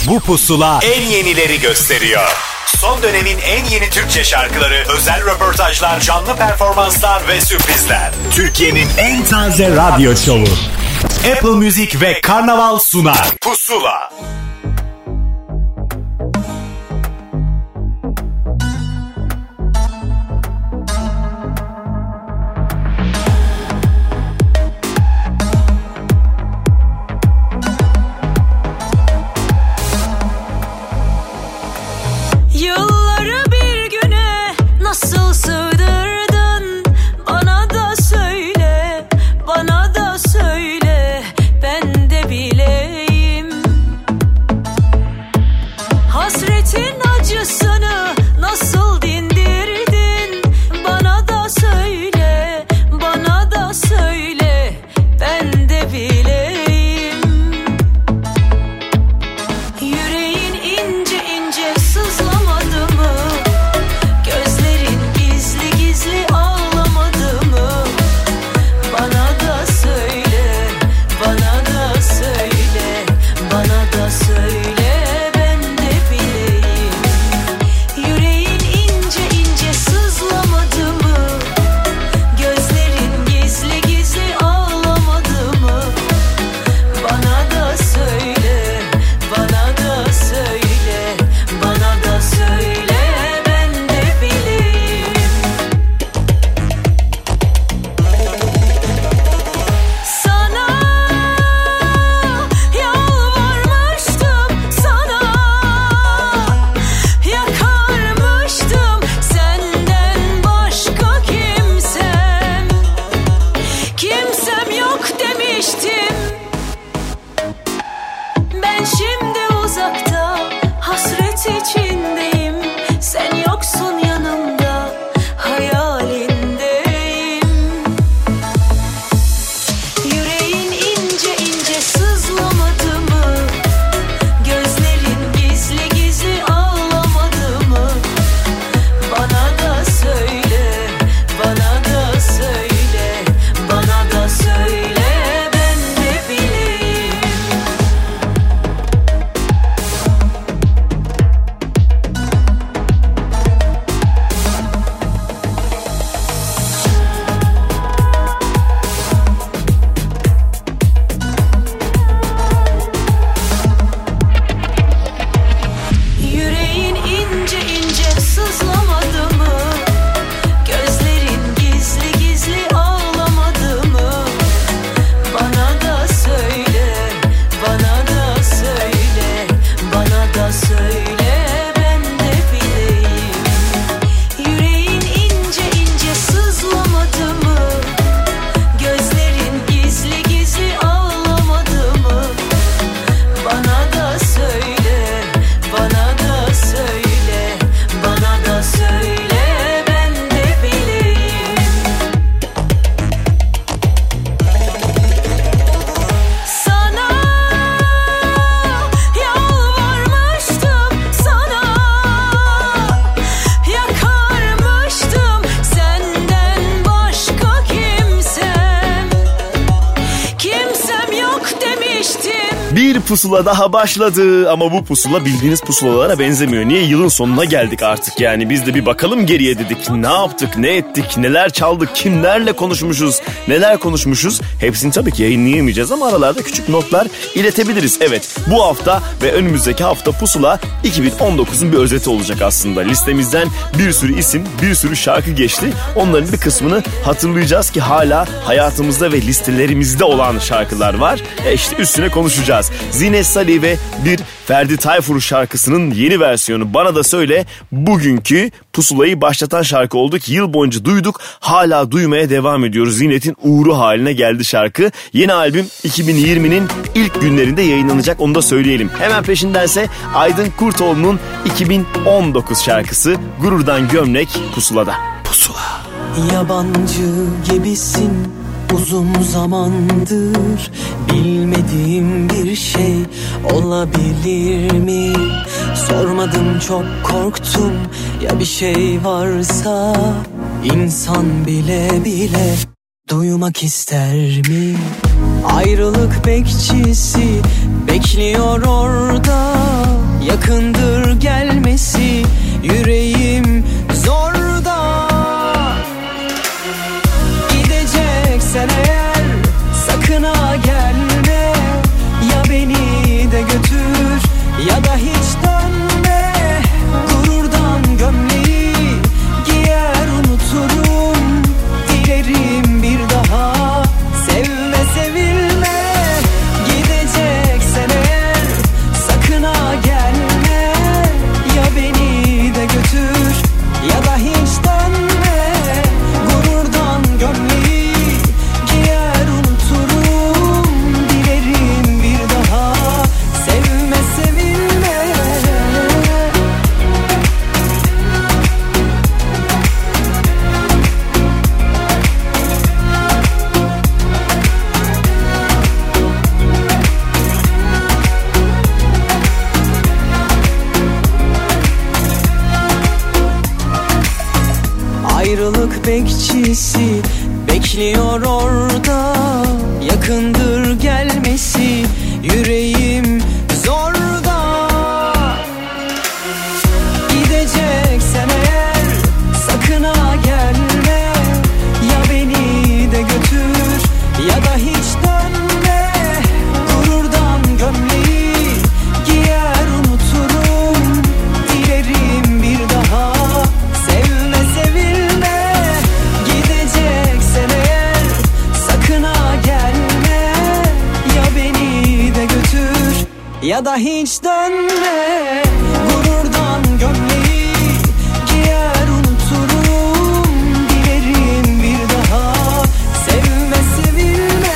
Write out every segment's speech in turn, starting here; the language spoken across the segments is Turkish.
Bu pusula en yenileri gösteriyor. Son dönemin en yeni Türkçe şarkıları, özel röportajlar, canlı performanslar ve sürprizler. Türkiye'nin en taze radyo şovu. Apple Music ve Karnaval sunar. Pusula. Nasıl sığdırdın bana da söyle, bana da söyle, ben de bileyim. Hasretin acısını nasıl dindirdin, bana da söyle, bana da söyle, ben de bileyim. Yüreğin ince ince sızlamadı mı? Pusula daha başladı ama bu pusula bildiğiniz pusulalara benzemiyor. Niye? Yılın sonuna geldik artık yani. Biz de bir bakalım geriye dedik. Ne yaptık, ne ettik, neler çaldık, kimlerle konuşmuşuz, neler konuşmuşuz. Hepsini tabii ki yayınlayamayacağız ama aralarda küçük notlar iletebiliriz. Evet, bu hafta ve önümüzdeki hafta pusula 2019'un bir özeti olacak aslında. Listemizden bir sürü isim, bir sürü şarkı geçti. Onların bir kısmını hatırlayacağız ki hala hayatımızda ve listelerimizde olan şarkılar var. İşte üstüne konuşacağız. Zine Salih ve bir Ferdi Tayfur şarkısının yeni versiyonu Bana da Söyle bugünkü pusulayı başlatan şarkı oldu ki yıl boyunca duyduk, hala duymaya devam ediyoruz. Zinet'in uğru haline geldi şarkı. Yeni albüm 2020'nin ilk günlerinde yayınlanacak, onu da söyleyelim. Hemen peşindense Aydın Kurtoğlu'nun 2019 şarkısı Gururdan Gömlek pusulada. Pusula. Yabancı gibisin uzun zamandır, bilmediğim bir şey olabilir mi? Sormadım, çok korktum, ya bir şey varsa insan bile bile duymak ister mi? Ayrılık bekçisi bekliyor orada, yakındır gelmesi, yüreğim zorda. Gideceksen eğer sakın ha gelme, ya beni de götür ya da hiç dönme. Gururdan gömleği giyer unuturum, dilerim bir daha sevme sevilme. Gideceksen eğer sakın ha gelme, ya beni de götür ya da hiç dönme. Gururdan gömleği giyer unuturum, dilerim bir daha sevme sevilme. Ayrılık bekçisi bekliyor orada, yakındır gelmesi, yüreğim zorda. Gideceksen eğer sakın ha gelme, ya beni de götür ya da hiç dönme. Gururdan gömleği giyer unuturum, dilerim bir daha sevme sevilme. Gideceksen eğer sakın ha gelme, ya beni de götür ya da hiç dönme. Gururdan gömleği giyer unuturum, dilerim bir daha sevme sevilme.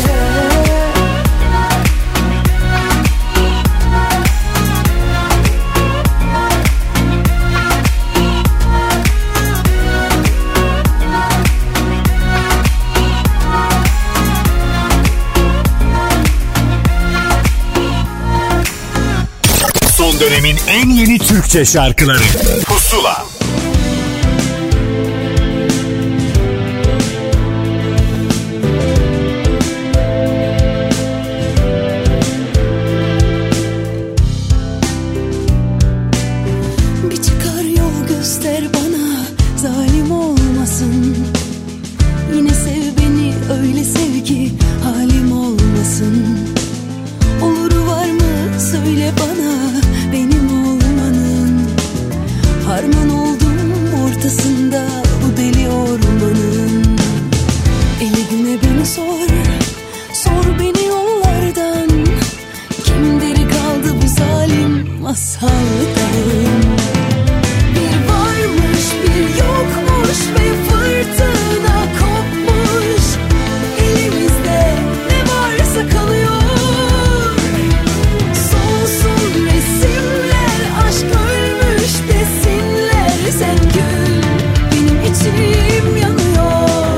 Son dönemin en yeni Türkçe şarkıları Pusula. Bir çıkar yol göster bana, zalim olmasın. Yine sev beni, öyle sev ki halim olmasın. Oluru var mı söyle bana, benim olmanın. Harman oldum ortasında bu deli ormanın. Eli güne beni sor, sor beni yollardan. Kim deri kaldı bu zalim masaldan. Bir varmış bir yokmuş ve fırtına kopmuş. Elimizde ne varsa kalıyor. Solsun resimler, aşk ölmüş desinler. Sen gül, benim içim yanıyor.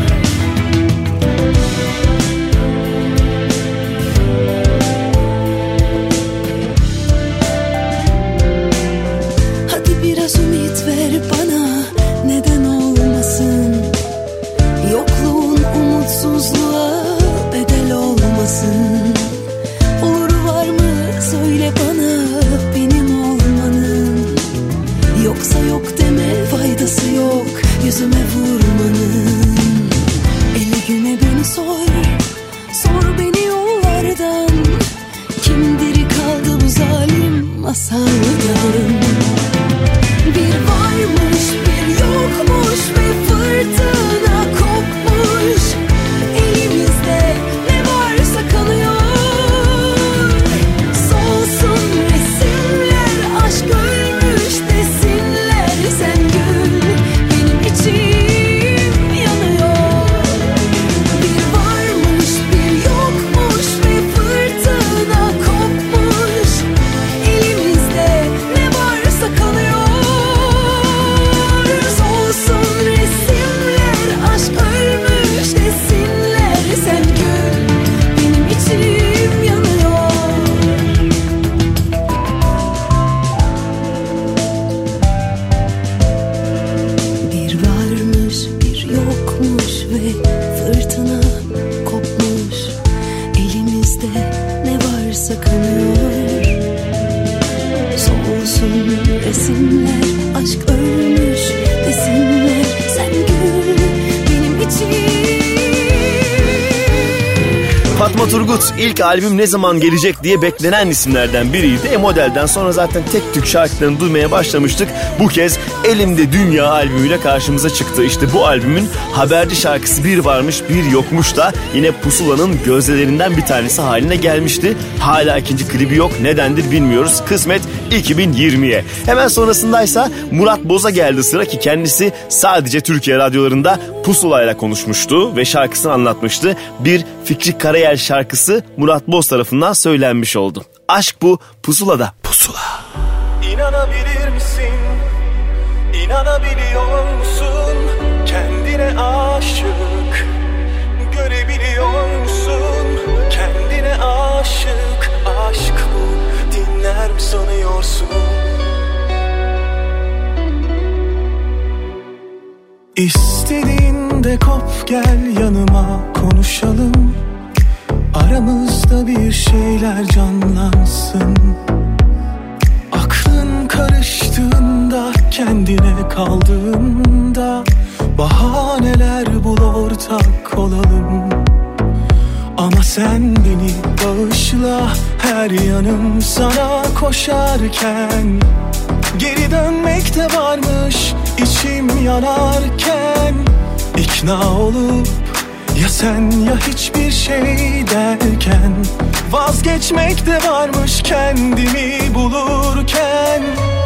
Hadi biraz ümit ver bana, neden olmasın? Yokluğun umutsuzluğa bedel olmasın. Oluru var mı söyle bana, benim olmanın. Yoksa yok deme, faydası yok yüzüme vurmanın. Eli güne beni sor, sor beni yollardan. Kim diri kaldı bu zalim masaldan. Bir varmış bir yokmuş ve fırtına kopmuş. Elimizde ne varsa kalıyor. Solsun resimler, aşk ölmüş desinler. Sen gül, benim içim yanıyor. Bir varmış bir yokmuş ve fırtına kopmuş. Elimizde ne var aşk ölmüş desinler, sen gül benim için. Fatma Turgut ilk albüm ne zaman gelecek diye beklenen isimlerden biriydi. Modelden sonra zaten tek tük şarkılarını duymaya başlamıştık. Bu kez Elimde Dünya albümüyle karşımıza çıktı. İşte bu albümün haberci şarkısı Bir Varmış Bir Yokmuş da yine Pusula'nın gözdelerinden bir tanesi haline gelmişti. Hala ikinci klibi yok. Nedendir bilmiyoruz. Kısmet 2020'ye. Hemen sonrasındaysa Murat Boz'a geldi sıra ki kendisi sadece Türkiye radyolarında Pusula'yla konuşmuştu ve şarkısını anlatmıştı. Bir Fikri Karayel şarkısı Murat Boz tarafından söylenmiş oldu. Aşk bu Pusula'da. Pusula. İnanabilir misin? İnanabiliyor musun? Kendine aşık. Görebiliyor musun? Kendine aşık. Aşk bu. Dinler mi sanıyorsun? İstediğinde kop gel yanıma konuşalım. Aramızda bir şeyler canlansın. Aklın karıştığında, kendine kaldığında bahaneler bul, ortak olalım. Ama sen beni bağışla, her yanım sana koşarken. Geri dönmek de varmış içim yanarken. İkna olup ya sen ya hiçbir şey derken. Vazgeçmek de varmış kendimi bulurken.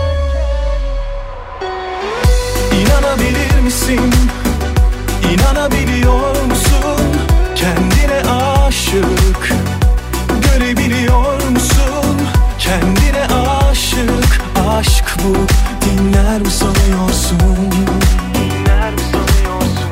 İnanabilir misin? İnanabiliyor musun? Kendine aşık. Görebiliyor musun? Kendine aşık. Aşk bu. Dinler mi sanıyorsun? Dinler mi sanıyorsun?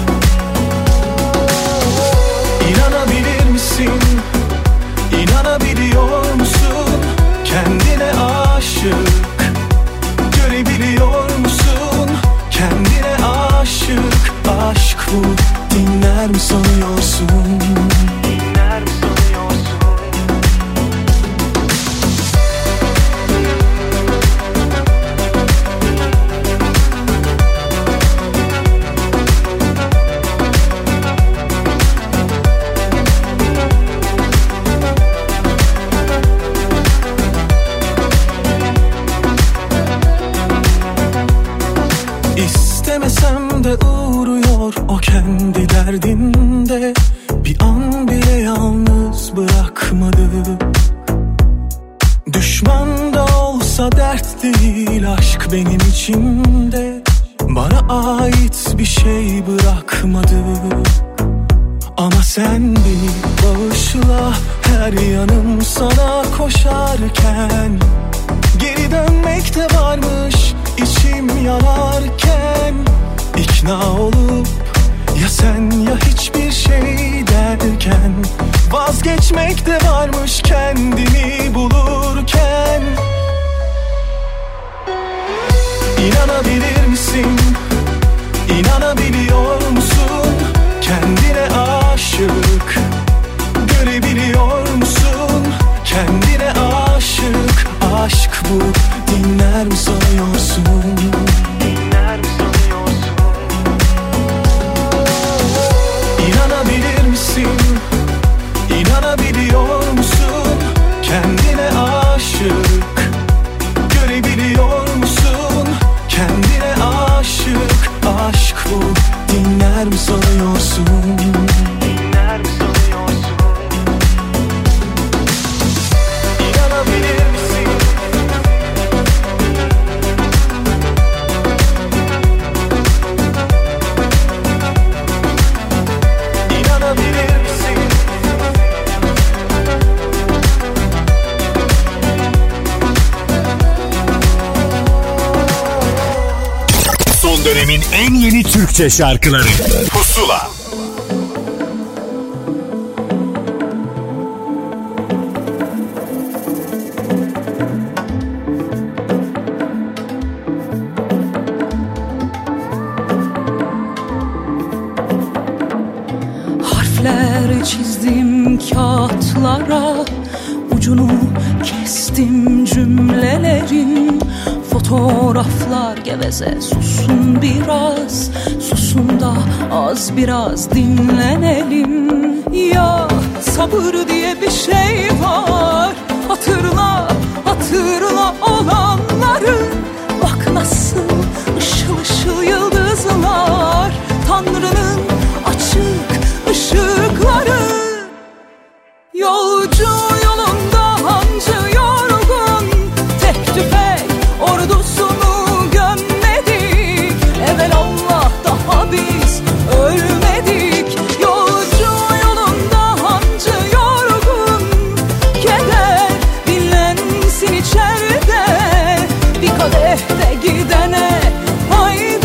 İnanabilir misin? İnanabiliyor musun? Kendine aşık. Görebiliyor musun? Kendine aşık. Aşk bu. Dinler mi sanıyorsun? Dinler mi sanıyorsun? İstemesem de uğruyor o kendi derdinde. Bir an bile yalnız bırakmadı. Düşman da olsa dert değil aşk benim içimde. Bana ait bir şey bırakmadı. Ama sen beni bağışla, her yanım sana koşarken. Geri dönmek de varmış içim yanarken. İkna olup ya sen ya hiçbir şey derken. Vazgeçmek de varmış kendimi bulurken. İnanabilir misin? İnanabiliyor musun? Kendine aşık. Görebiliyor musun? Kendine aşık. Aşk bu. Dinler mi sanıyorsun? Dinler mi sanıyorsun? İnanabilir misin? İnanabiliyor musun? Kendine aşık. Görebiliyor musun? Kendine aşık. Aşk bu. Dinler mi sanıyorsun? Dinler mi sanıyorsun? İnanabilir misin? İnanabilir misin? Son dönemin en yeni Türkçe şarkıları Pusula. Harfler çizdim kağıtlara, ucunu kestim cümlelerin. Fotoğraflar geveze, susun biraz, susun da az biraz dinlenelim. Ya sabır diye bir şey var, hatırla, hatırla olanları. Bak nasıl ışıl ışıl yıldızlar, Tanrı'nın açık ışıkları. Yolcu yolunda hancı yorgun, tek tüfek ordusunu gömmedik. Evelallah daha biz ölmedik. Yolcu yolunda hancı yorgun, keder dinlensin içeride. Bir kadeh de gidene haydi.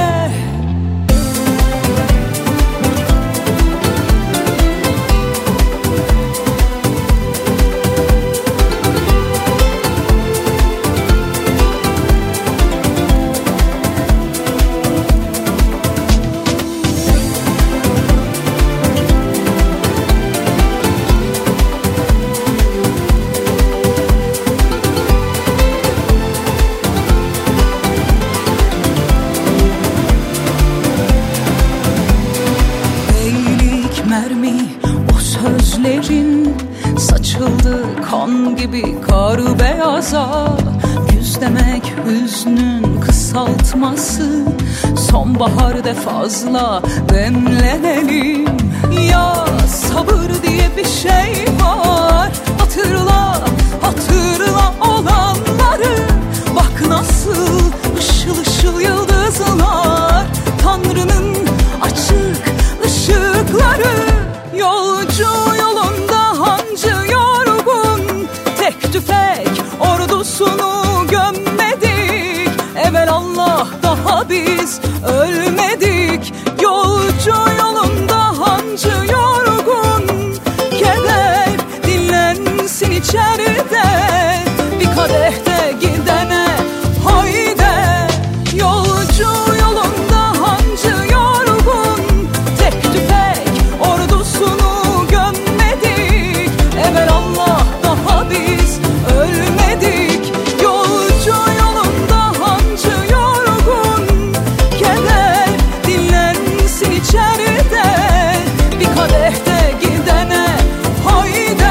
Saçıldı kan gibi kar beyaza. Güz demek hüznün kısaltması, sonbaharda fazla demlenelim. Ya sabır diye bir şey var, hatırla, hatırla olanları. Bak nasıl ışıl ışıl yıldızlar, Tanrı'nın açık ışıkları. Yolcu yolunda hancı yorgun, tek tüfek ordusunu gömmedik. Evelallah daha biz ölmedik. Yolcu yolunda hancı yorgun, keder dinlensin içeride. Bir kadehte gidene haydi. Yolcu yolunda hancı yorgun, tek tüfek ordusunu gömmedik. Evelallah daha biz ölmedik. Yolcu yolunda hancı yorgun, keder dinlensin içeride. Bir kadehte gidene haydi.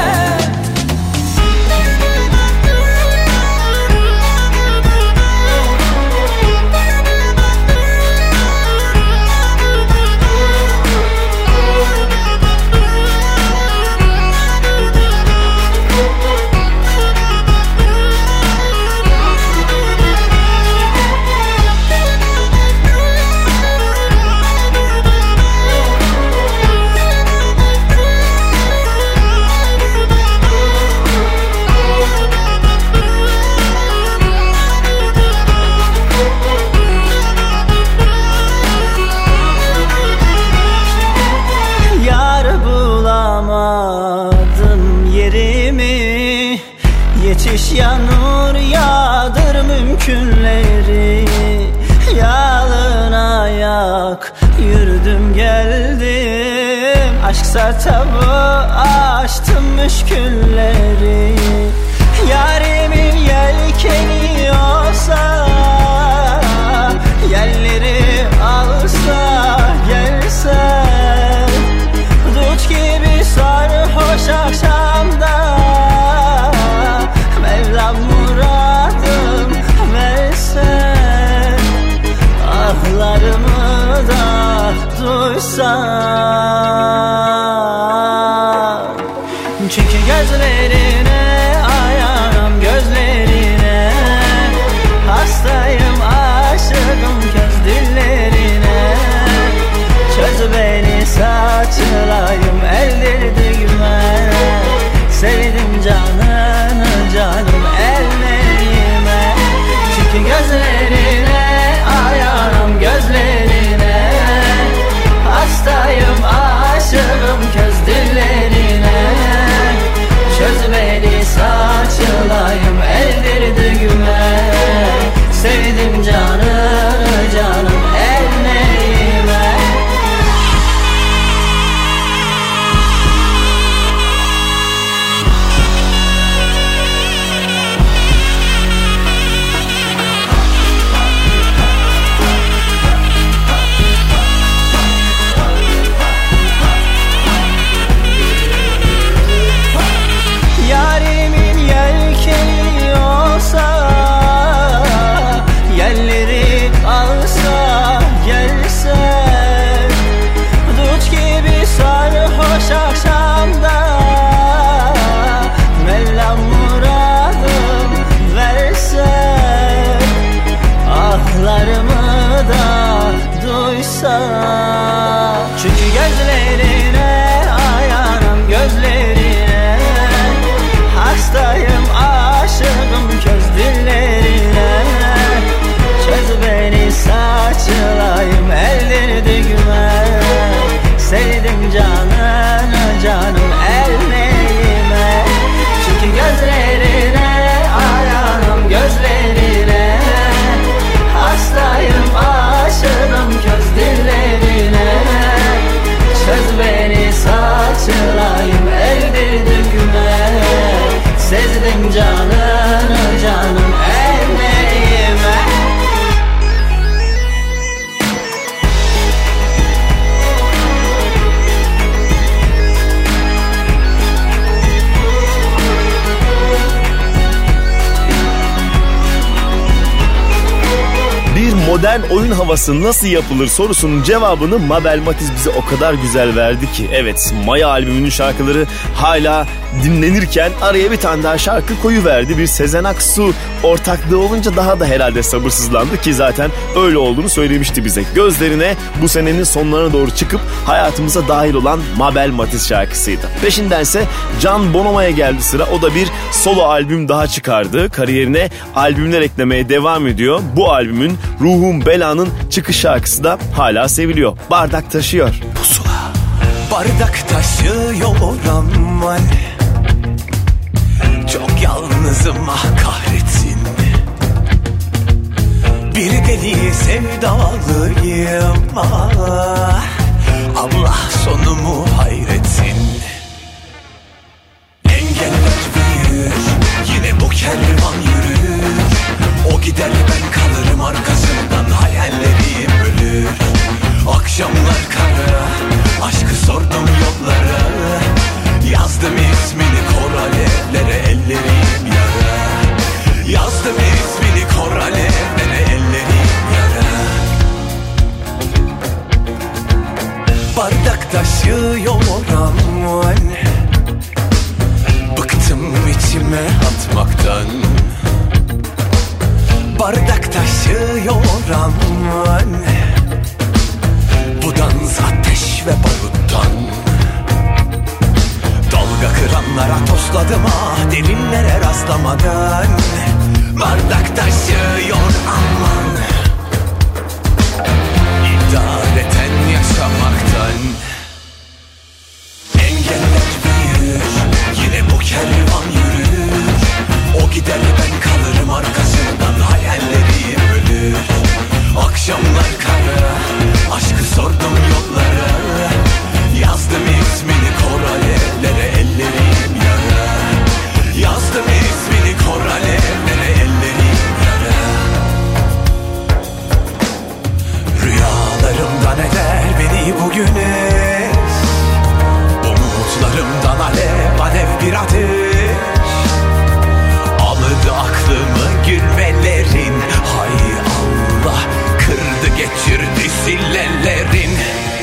Yetiş yanur yağdır mümkünleri. Yalın ayak yürüdüm geldim, aşk sertabı açtım müşkülleri. Yarimin yelkeni olsa, yerleri alsa gelse. Dut gibi sarhoş akşamda, Mevlam muradım verse. Ahlarımı da duysa. Çünkü gözlerine ayağım, gözleri modern oyun havası nasıl yapılır sorusunun cevabını Mabel Matiz bize o kadar güzel verdi ki. Evet, Maya albümünün şarkıları hala dinlenirken araya bir tane daha şarkı koyuverdi. Bir Sezen Aksu ortaklığı olunca daha da herhalde sabırsızlandı ki zaten öyle olduğunu söylemişti bize. Gözlerine bu senenin sonlarına doğru çıkıp hayatımıza dahil olan Mabel Matiz şarkısıydı. Peşindense Can Bonomo'ya geldi sıra. O da bir solo albüm daha çıkardı. Kariyerine albümler eklemeye devam ediyor. Bu albümün Ruhum Bela'nın çıkış şarkısı da hala seviliyor. Bardak taşıyor. Pusula. Bardak taşıyor aman, çok yalnızım ah kahretsin. Bir deli sevdalıyım ah, Allah sonumu hayretsin. Engeller büyür, yine bu kervan yürür. O gider ben kalırım arkasından, hayallerim ölür. Akşamlar kara, aşkı sordum yollara. Yazdım ismini kor alevlere, ellerim yara. Yazdım ismini kor alevlere, ellerim yara. Bardak taşıyor aman, bıktım içime atmaktan. Bardak taşıyor aman, bu dans ateş ve baruttan. Dalga kıranlara tosladım ah, derinlere rastlamadan. Bardak taşıyor aman, idareten yaşamaktan. Engeller büyür, yine bu kervan yürür. O gider ben kalırım arkasından, hayallerim ölür. Akşamlar kara, aşkı sordum yollara. Yazdım ismini kor alevlere, ellerim yara. Yazdım ismini kor alevlere, ellerim yara. Rüyalarımdan eder beni bu güneş, umutlarımdan alev alev bir ateş. Aldı aklımı gülmelerin, hay Allah, kırdı geçirdi sillelerin.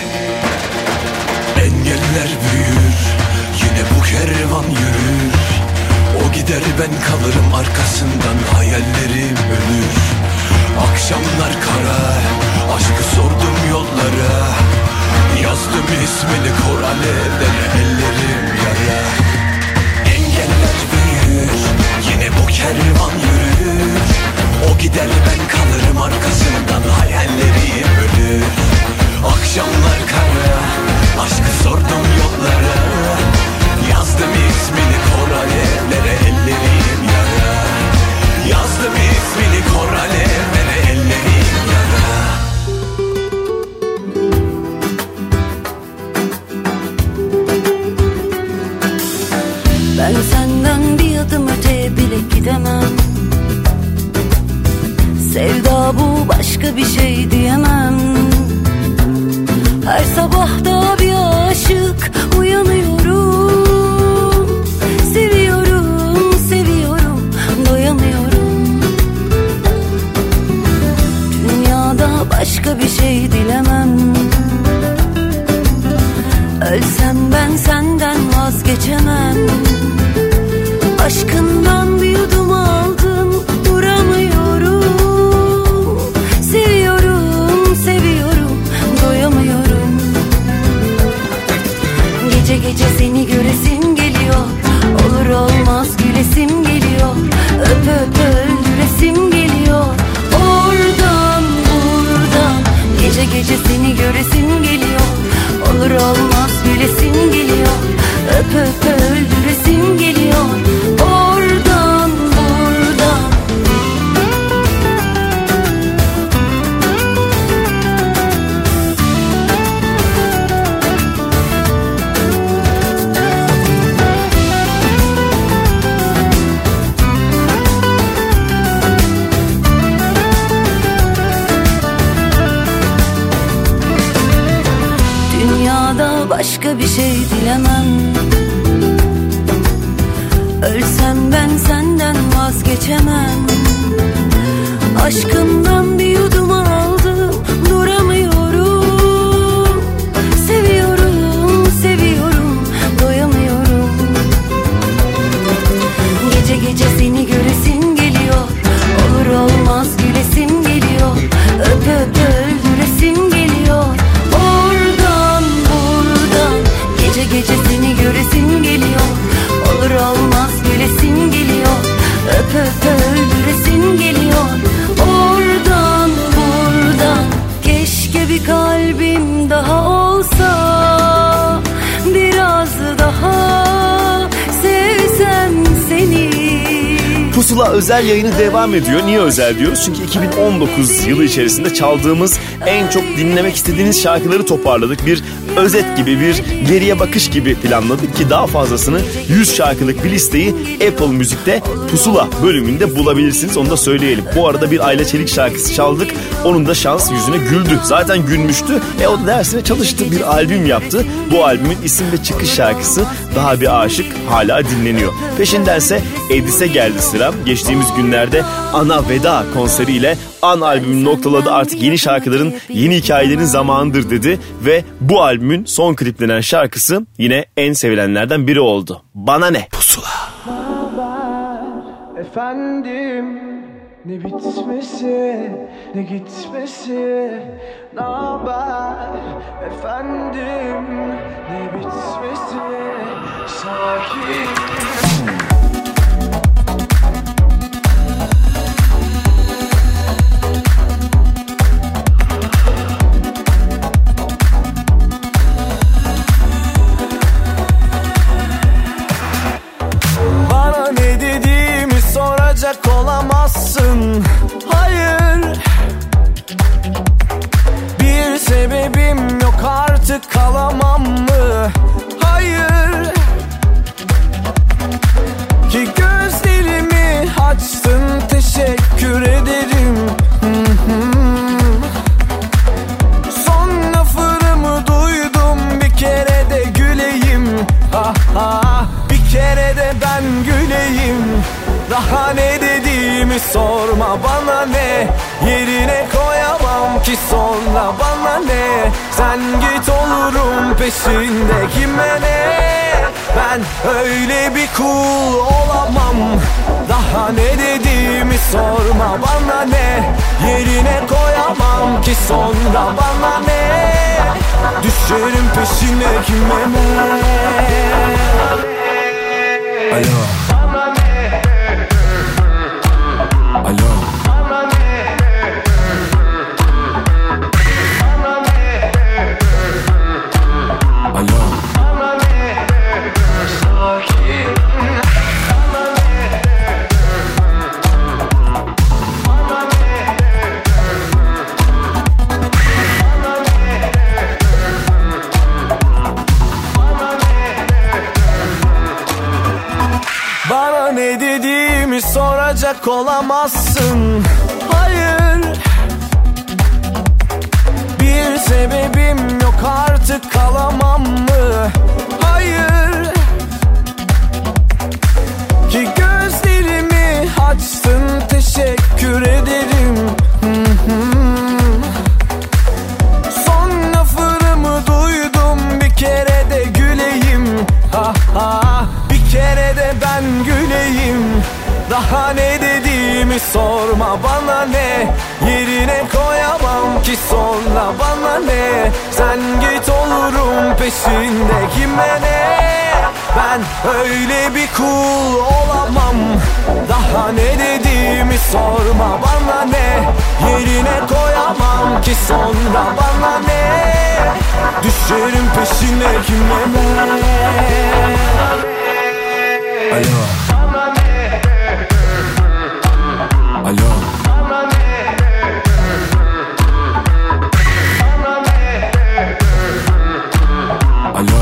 Engeller büyür, yine bu kervan yürür. O gider ben kalırım arkasından, hayallerim ölür. Akşamlar kara, aşkı sordum yollara. Yazdım ismini kor alevlere, ellerim yara. Engeller büyür, yine bu kervan yürür. O gider ben kalırım arkasından, hayallerim ölür. Akşamlar kara, aşkı sordum yollara. Yazdım ismini kor alevlere, ellerim yara. Yazdım ismini kor alevlere, ellerim yara. Ben senden bir adım öteye bile gidemem. Sevda bu, başka bir şey diyemem. Her sabah da bir aşık uyanıyorum. Seviyorum, seviyorum, doyamıyorum. Dünyada başka bir şey dilemem. Ölsem ben senden vazgeçemem. Aşkından bir yudum aldım, duramıyorum. Seviyorum, seviyorum, doyamıyorum. Gece gece seni göresim geliyor. Olur olmaz gülesim geliyor. Öp öp öldüresim geliyor. Oradan buradan gece gece seni göresim geliyor. Olur olmaz gülesim geliyor. Öp öp öldüresim geliyor. Oradan buradan. Dünyada başka bir şey dilemem. Ölsem ben senden vazgeçemem. Aşkımdan bir yudum al. Pusula özel yayını devam ediyor. Niye özel diyoruz? Çünkü 2019 yılı içerisinde çaldığımız en çok dinlemek istediğiniz şarkıları toparladık. Bir özet gibi, bir geriye bakış gibi planladık ki daha fazlasını 100 şarkılık bir listeyi Apple Müzik'te Pusula bölümünde bulabilirsiniz. Onu da söyleyelim. Bu arada bir Ayla Çelik şarkısı çaldık. Onun da şans yüzüne güldü. Zaten gülmüştü. O da dersine çalıştı. Bir albüm yaptı. Bu albümün isim ve çıkış şarkısı Daha Bir Aşık hala dinleniyor. Peşindense Edis'e geldi sıra. Geçtiğimiz günlerde Ana Veda konseriyle An albümünü noktaladı. Artık yeni şarkıların, yeni hikayelerin zamanıdır dedi. Ve bu albümün son kliplenen şarkısı yine en sevilenlerden biri oldu. Bana Ne? Pusula. Efendim, ne bitmesi ne gitmesi, ne haber efendim, ne bitmesi sakin. Bana ne dediğimi soracak olamazsın. Hayır, bir sebebim yok artık, kalamam mı? Hayır, ki gözlerimi açtın, teşekkür ederim. Son laflarımı duydum, bir kere de güleyim. Ha ha, bir kere de ben güleyim. Daha ne dediğimi sorma, bana ne? Yerine koyamam ki sonra, bana ne? Sen git, olurum peşinde, kime ne? Ben öyle bir kul olamam. Daha ne dediğimi sorma, bana ne? Yerine koyamam ki sonra, bana ne? Düşerim peşine, kime ne? Alo. Alo. Alo. Bana ne dediğimi soracak olamazsın. Hayır, bir sebebim yok artık, kalamam mı? Hayır, ki gözlerimi açtın, teşekkür ederim. Son laflarımı duydum, bir kere de güleyim. Ha ha, bir kere de ben güleyim. Daha ne dediğimi sorma, bana ne? Yerine koyamam ki sonra, bana ne? Sen git, olurum peşinde, kime ne? Ben öyle bir kul olamam. Daha ne dediğimi sorma, bana ne? Yerine koyamam ki sonra, bana ne? Düşerim peşine, kime ne? Alo. Alo. Alo.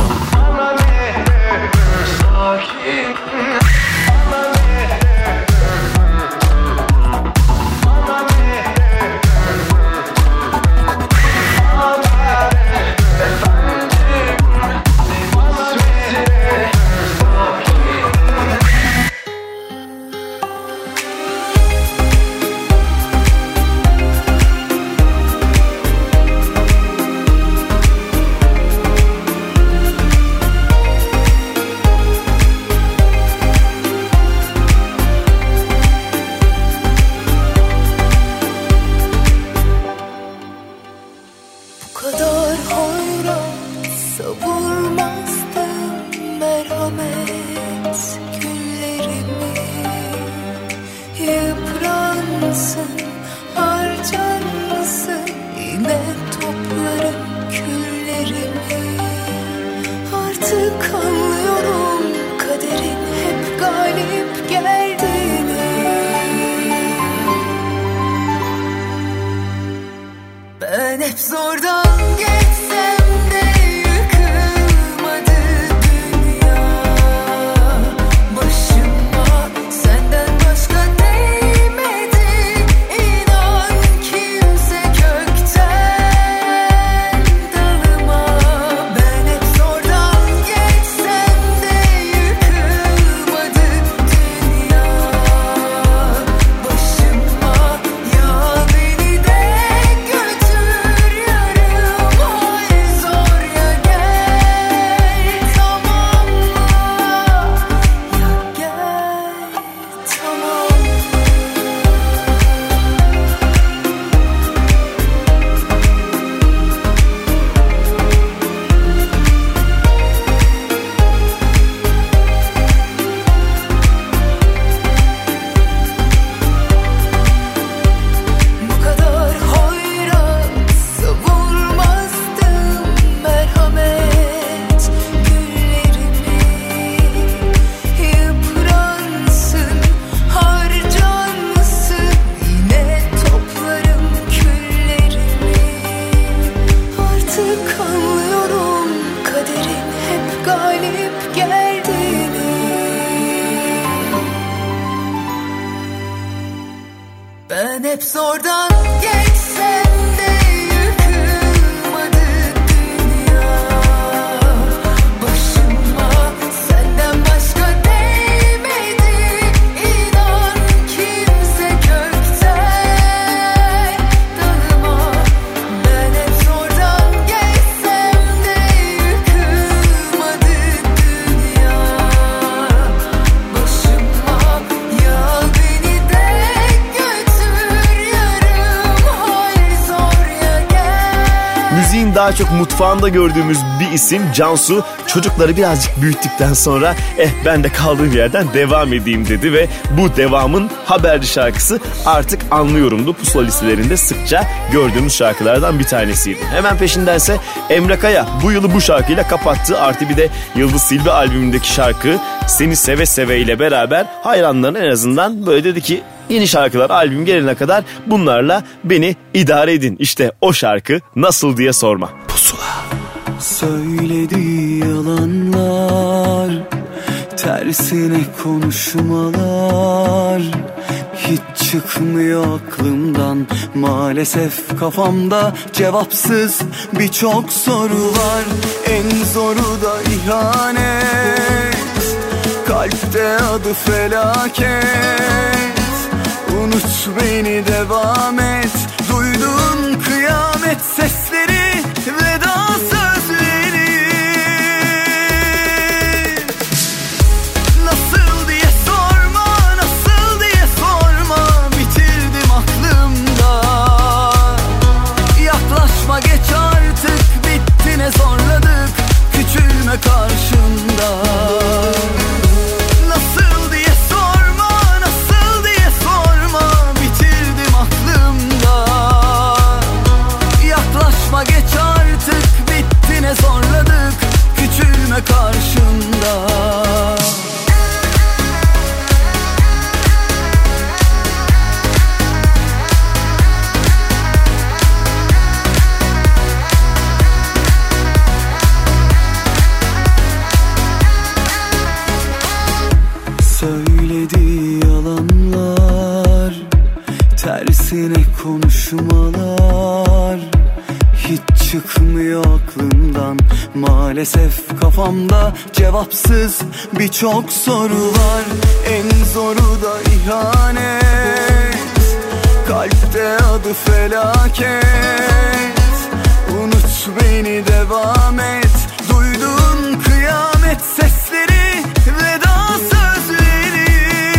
Artık anlıyorum kaderin hep galip geldiğini. hep zordan geçsem de yıkılmadı dünya başıma. Senden başka değmedi inan kimse kökten dalıma. Ben hep zordan geçsem de yıkılmadı dünya başıma. Ya beni de götür yarım ay zor ya gel tamamla. Ya gel tamamla. Bu kadar hoyrat savurmazdım merhamet güllerimi. Yıpransın harcansın yine toplarım küllerimi. Artık anlıyorum kaderin hep galip geldiğini. Ben hep zordan geçsem de yıkılmadı dünya başıma. Senden başka değmedi inan kimse kökten dalıma. Ben hep zordan geçsem de yıkılmadı dünya başıma. Ya beni de götür yarım ay zor ya gel. Müziğin daha çok mutfağında gördüğümüz bir isim Cansu. Çocukları birazcık büyüttükten sonra ben de kaldığım yerden devam edeyim dedi ve bu devamın haberci şarkısı Artık Anlıyorum'du. Pusula listelerinde sıkça gördüğümüz şarkılardan bir tanesiydi. Hemen peşindense Emre Kaya bu yılı bu şarkıyla kapattı. Artı bir de Yıldız Silve albümündeki şarkı Seni Seve Seve ile beraber hayranlarına en azından böyle dedi ki yeni şarkılar albüm gelene kadar bunlarla beni idare edin. İşte o şarkı nasıl diye sorma. Pusula. Söylediği yalanlar, tersine konuşmalar hiç çıkmıyor aklımdan. Maalesef kafamda cevapsız birçok soru var. En zoru da ihanet, kalpte adı felaket. Unut beni devam et, duydun kıyamet sesleri, veda sözleri. Nasıl diye sorma, nasıl diye sorma, bitirdim aklımda. Yaklaşma geç artık, bitti ne zorladık, küçülme karşımda. Nasıl diye sorma, nasıl diye sorma, bitirdim aklımda. Yaklaşma geç artık, bitti ne zorladık, küçülme karşımda. Söylediği yalanlar, tersine konuşmalar hiç çıkmıyor aklımdan. Maalesef kafamda cevapsız birçok soru var. En zoru da ihanet, kalpte adı felaket. Unut beni devam et, duydun kıyamet sesleri, veda sözleri.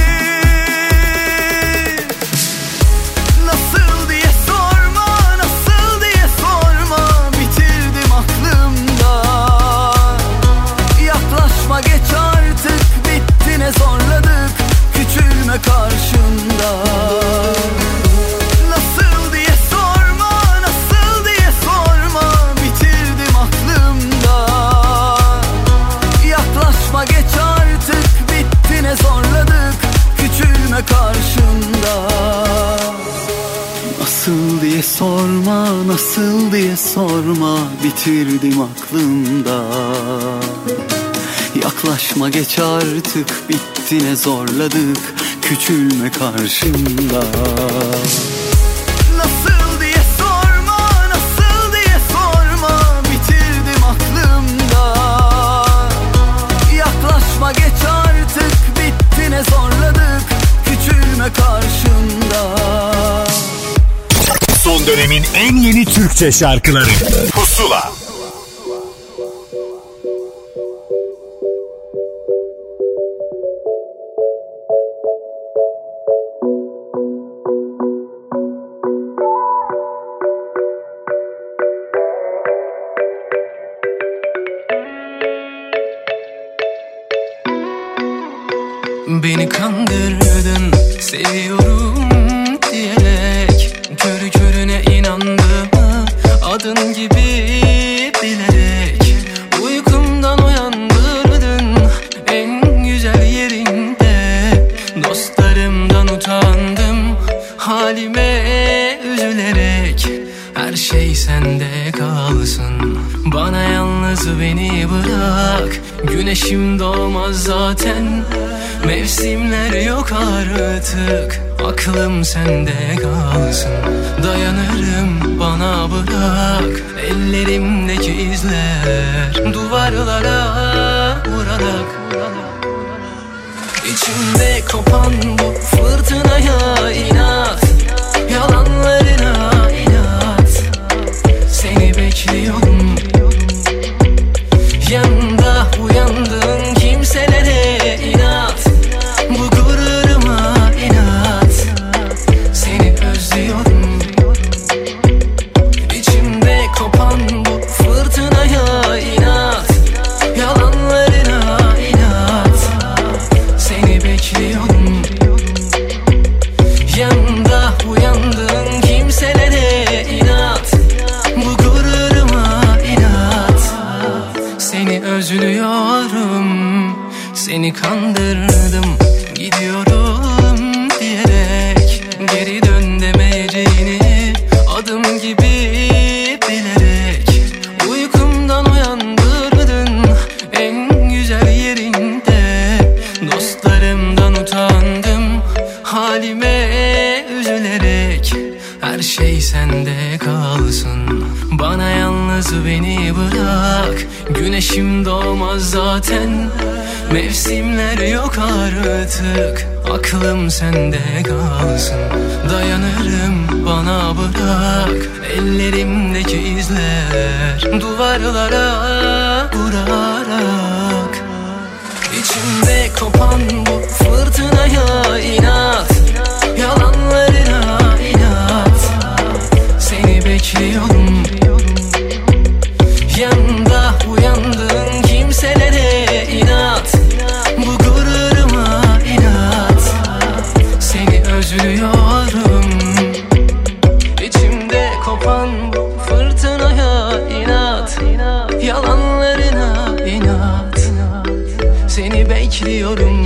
Nasıl diye sorma, nasıl diye sorma, bitirdim aklımda. Yaklaşma geç artık, bitti ne zorladık, küçülme karşımda. Nasıl diye sorma, nasıl diye sorma, bitirdim aklımda. diye sorma, nasıl diye sorma, bitirdim aklımda. Yaklaşma geç artık, bitti ne zorladık, küçülme karşımda. Nasıl diye sorma, nasıl diye sorma, bitirdim aklımda. Yaklaşma geç artık, bitti ne zorladık, küçülme karşımda. Son dönemin en yeni Türkçe şarkıları Pusula. Beni kandırdın, seviyorum diyerek, körü körüne inandım, adın gibi bilerek. Uykumdan uyandırdın en güzel yerinde, dostlarımdan utandım halime üzülerek. Her şey sende kalsın, bana yalnız beni bırak. Güneşim doğmaz zaten, mevsimler yok artık. Aklım sende kalsın, dayanırım bana bırak. Ellerimdeki izler duvarlara vurarak. İçimde kopan bu fırtınaya inat, yalanlarına inat. Seni bekliyorum, yanında uyandığın kimselere inat. Bu gururuma inat, seni özlüyorum. İçimde kopan bu fırtınaya inat, yalanlarına inat. Seni bekliyorum, yanında uyandığın kimselere inat. Bu gururuma inat, seni özlüyorum. Seni kandırdım, gidiyorum diyerek, geri dön demeyeceğini adım gibi bilerek. Uykumdan uyandırdın en güzel yerinde, dostlarımdan utandım halime üzülerek. Her şey sende kalsın, bana yalnız beni bırak. Güneşim doğmaz zaten, mevsimler yok artık. Aklım sende kalsın, dayanırım bana bırak. Ellerimdeki izler duvarlara vurarak. İçimde kopan bu fırtınaya inat, yalanlarına inat. Seni bekliyorum, yanında uyandığın kimselere inat. Bu gururuma inat, seni özlüyorum. İçimde kopan bu fırtınaya inat, yalanlarına inat. Seni bekliyorum,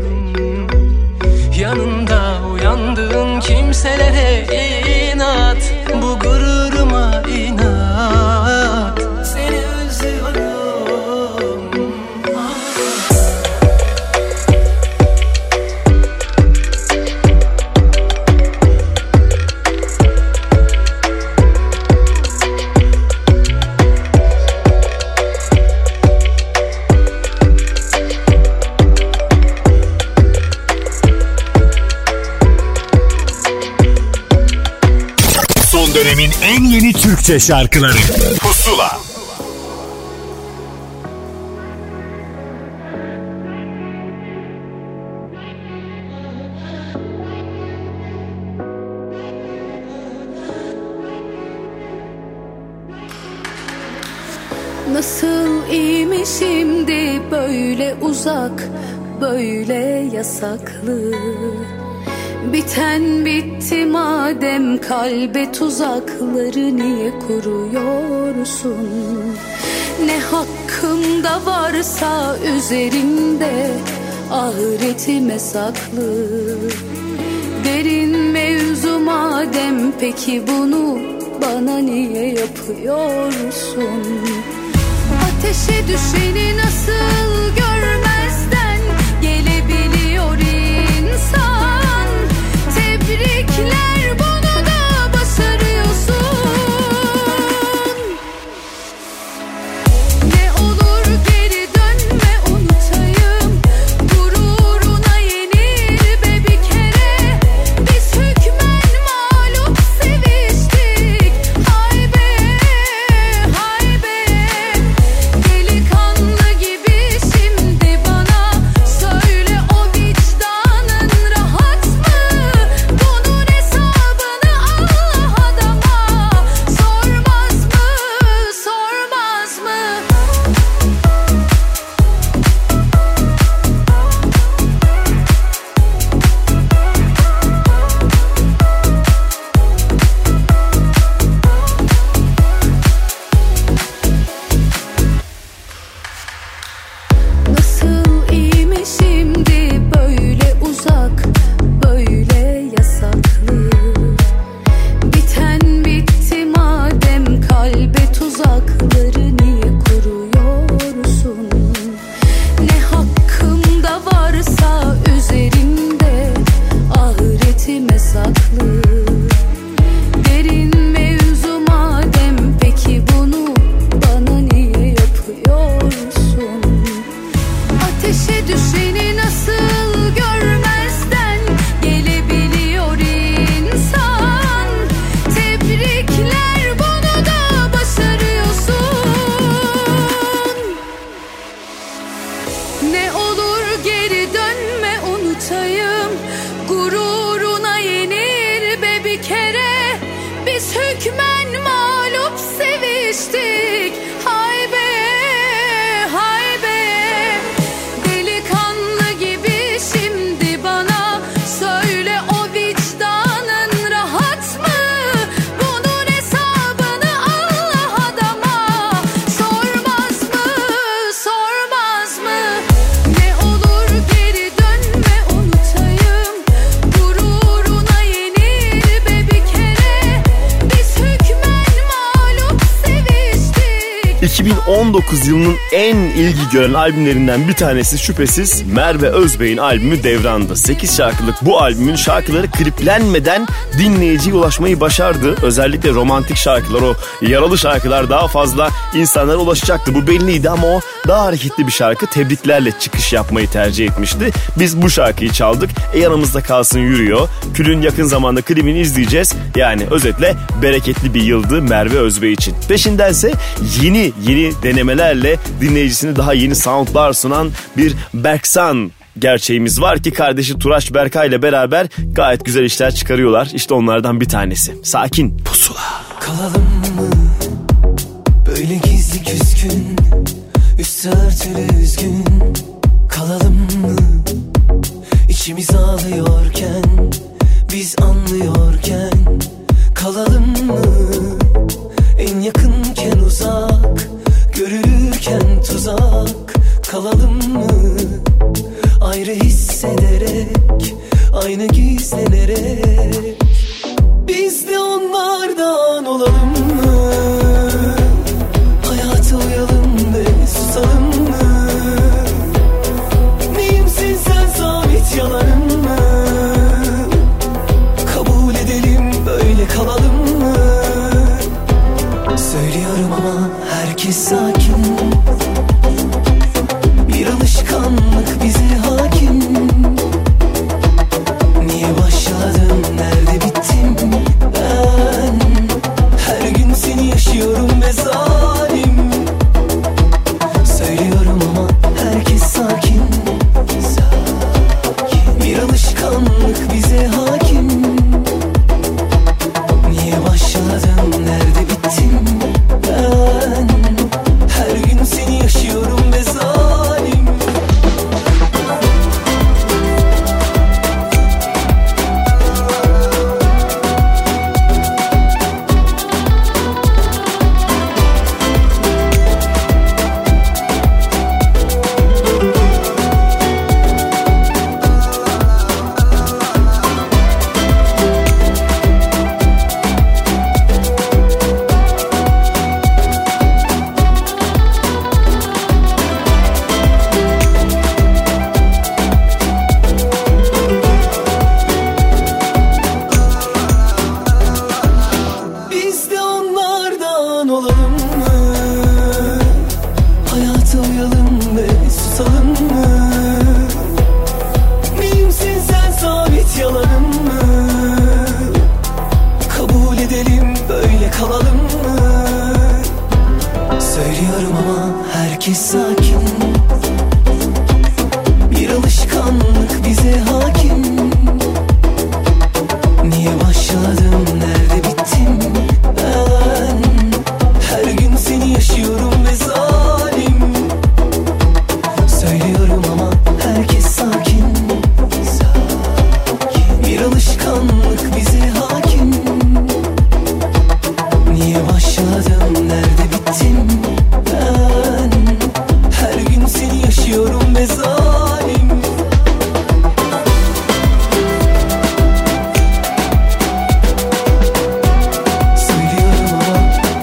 yanında uyandığın kimselere inat. Bu gururuma inat, seni özlüyorum. Son dönemin en yeni Türkçe şarkıları Pusula. Nasıl iyi mi şimdi böyle uzak, böyle yasaklı? Biten bitti madem, kalbe tuzakları niye kuruyorsun? Ne hakkımda varsa üzerimde ahiretime saklı. Derin mevzu madem peki bunu bana niye yapıyorsun? Ateşe düşeni nasıl görmezden gelebiliyor insan? Tebrikler, bunu da başarıyorsun. Ne olur geri dönme, unutayım. Gururuna yenir be bir kere. Biz hükmen mağlup seviştik. Hay be, hay be. Delikanlı gibi şimdi bana söyle, o vicdanın rahat mı? Bunun hesabını Allah adama sormaz mı, sormaz mı? Nasıl iyi mi şimdi böyle uzak, böyle yasaklı? Biten bitti madem, kalbe tuzakları niye kuruyorsun? Ne hakkımda varsa üzerimde ahiretime saklı. Derin mevzu madem, peki bunu bana niye yapıyorsun? Ateşe düşeni nasıl görmezden gelebiliyor insan? Tebrikler, bunu da başarıyorsun. Ne olur geri dönme, unutayım. Gururuna yenir be bir kere. Biz hükmen mağlup seviştik. Hay be, hay be. Delikanlı gibi şimdi bana söyle, o vicdanın rahat mı? Bunun hesabını Allah adama sormaz mı, sormaz mı? Ne olur geri dönme, unutayım. Gururuna yenir be bir kere. Biz hükmen mağlup seviştik. 2019 yılının en ilgi gören albümlerinden bir tanesi şüphesiz Merve Özbey'in albümü Devran'dı. 8 şarkılık bu albümün şarkıları kliplenmeden dinleyiciye ulaşmayı başardı. Özellikle romantik şarkılar, o yaralı şarkılar daha fazla insanlara ulaşacaktı. Bu belliydi ama o daha hareketli bir şarkı Tebriklerle çıkış yapmayı tercih etmişti. Biz bu şarkıyı çaldık. Yanımızda kalsın yürüyor. Kül'ün yakın zamanda klibini izleyeceğiz. Yani özetle bereketli bir yıldı Merve Özbey için. Peşindense yeni denemelerle dinleyicisine daha yeni soundlar sunan bir Berksan gerçeğimiz var ki kardeşi Turaç Berkay ile beraber gayet güzel işler çıkarıyorlar. İşte onlardan bir tanesi. Sakin Pusula. Kalalım mı böyle gizli küskün, üstü örtülü üzgün? Kalalım mı içimiz ağlıyorken, biz anlıyorken? Kalalım mı en yakınken uzak, görülürken tuzak? Kalalım mı ayrı hissederek, aynı gizlenerek? Biz de onlardan olalım mı? Hayata uyalım ve susalım mı? Neyimsin sen sabit yalanım mı? Kabul edelim, böyle kalalım mı? Söylüyorum ama herkes sakin. Bir alışkanlık bize hakim. Niye başladım, nerede bittim ben? Her gün seni yaşıyorum ve zalim. Söylüyorum ama herkes sakin. Bir alışkanlık bize hakim. Niye kalalım mı? Söylüyorum ama herkes sakin. Bir alışkanlık bize hakim. Niye başladım, nerede bittim ben? Her gün seni yaşıyorum ve zalim. Söylüyorum ama herkes sakin. Bir alışkanlık bize hakim. Niye başladım, nerede bittim ben? Her gün seni yaşıyorum ve zalim. Söylüyorum ama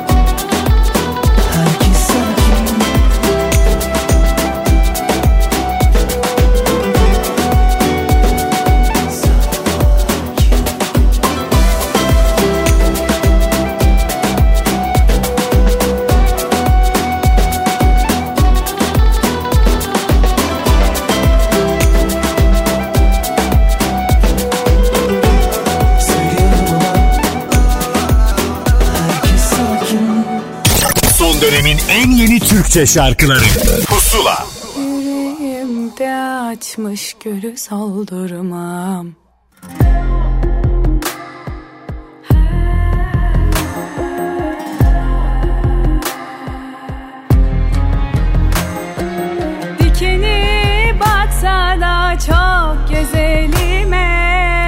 herkes sakin. Son dönemin en yeni Türkçe şarkıları Pusula. Yüreğimde açmış gülü soldurmam. Dikeni batsa da çok güzelime.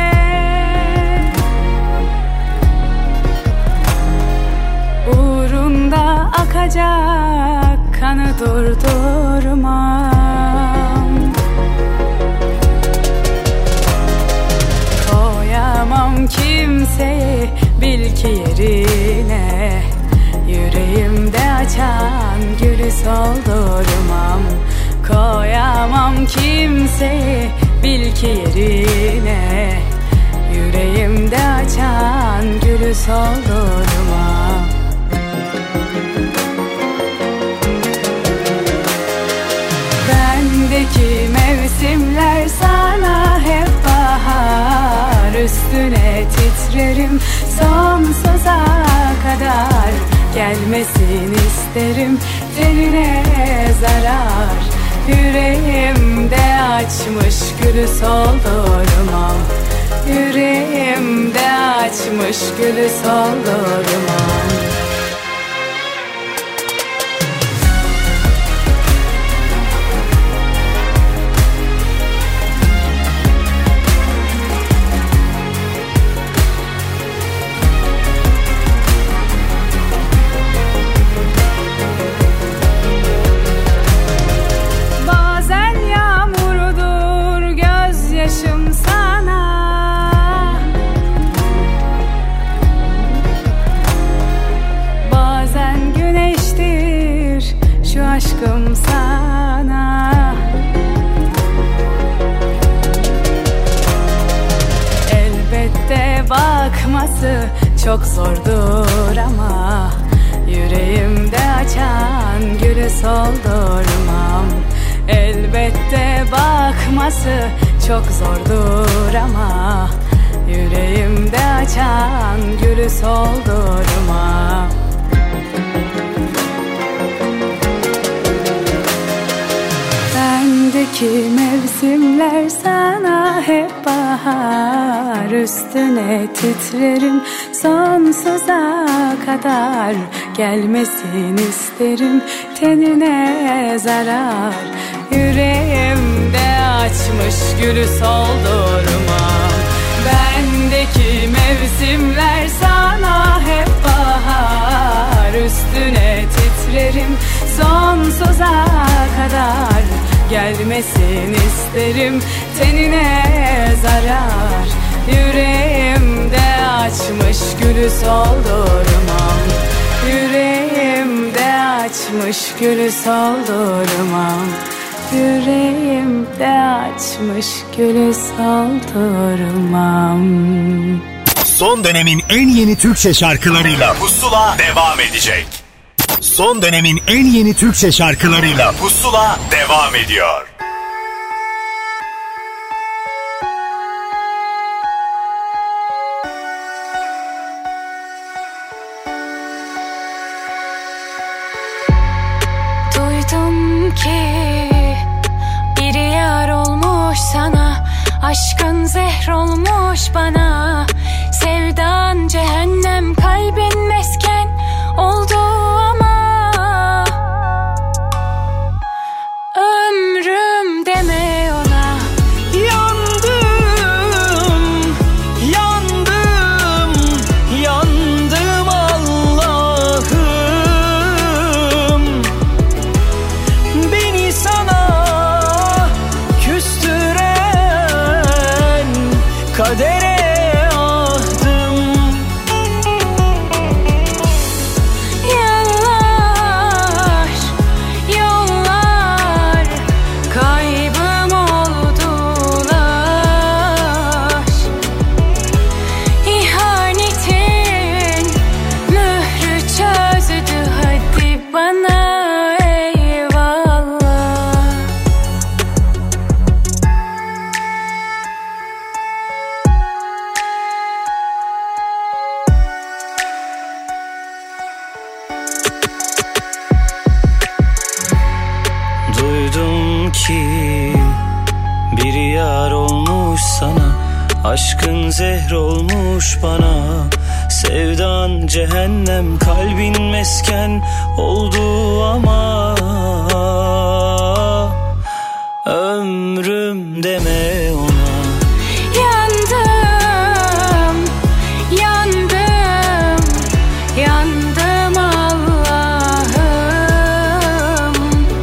Uğrunda akacak kanı durdurmam. Koyamam kimseyi bil ki yerine. Yüreğimde açan gülü soldurmam. Koyamam kimseyi bil ki yerine. Yüreğimde açan gülü soldurmam. Bendeki mevsimler sana hep bahar. Üstüne titrerim sonsuza kadar. Gelmesin isterim tenine zarar. Yüreğimde açmış gülü soldurmam. Yüreğimde açmış gülü soldurmam. Bazen yağmurdur gözyaşım sana. Bazen güneştir şu aşkım sana. Elbette bakması çok zordur ama yüreğimde açan gülü soldurmam. Elbette bakması çok zordur ama yüreğimde açan gülü soldurmam. Bendeki mevsimler sana hep bahar. Üstüne titrerim sonsuza kadar. Gelmesin isterim tenine zarar. Yüreğimde açmış gülü soldurmam. Bendeki mevsimler sana hep bahar. Üstüne titrerim sonsuza kadar. Gelmesin isterim tenine zarar. Yüreğimde açmış gülü soldurmam. Yüreğimde açmış gülü soldurmam. Yüreğimde açmış gülü soldurmam. Son dönemin en yeni Türkçe şarkılarıyla Pusula devam edecek. Son dönemin en yeni Türkçe şarkılarıyla Pusula devam ediyor. Duydum ki biri yar olmuş sana, aşkın zehr olmuş bana. Sevdan cehennem, kalbin mesken oldu ama ömrüm deme ona. Yandım, yandım, yandım Allah'ım. Beni sana küstüren kadere ahdım. Yıllar, yollar kaybım oldular. İhanetin mührü çözdü, hadi bana eyvallah. Duydum ki biri yar olmuş sana, aşkın zehr olmuş bana. Sevdan cehennem, kalbin mesken oldu ama ömrüm deme ona. Yandım, yandım, yandım Allah'ım.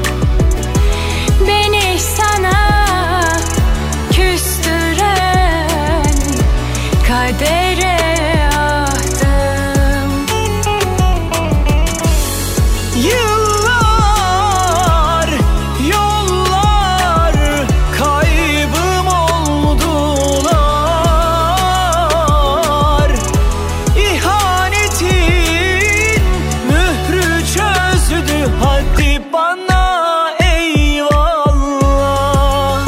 Beni sana küstüren kadere ahdım. Yıllar, yollar kaybım oldular. İhanetin mührü çözdü, hadi bana eyvallah.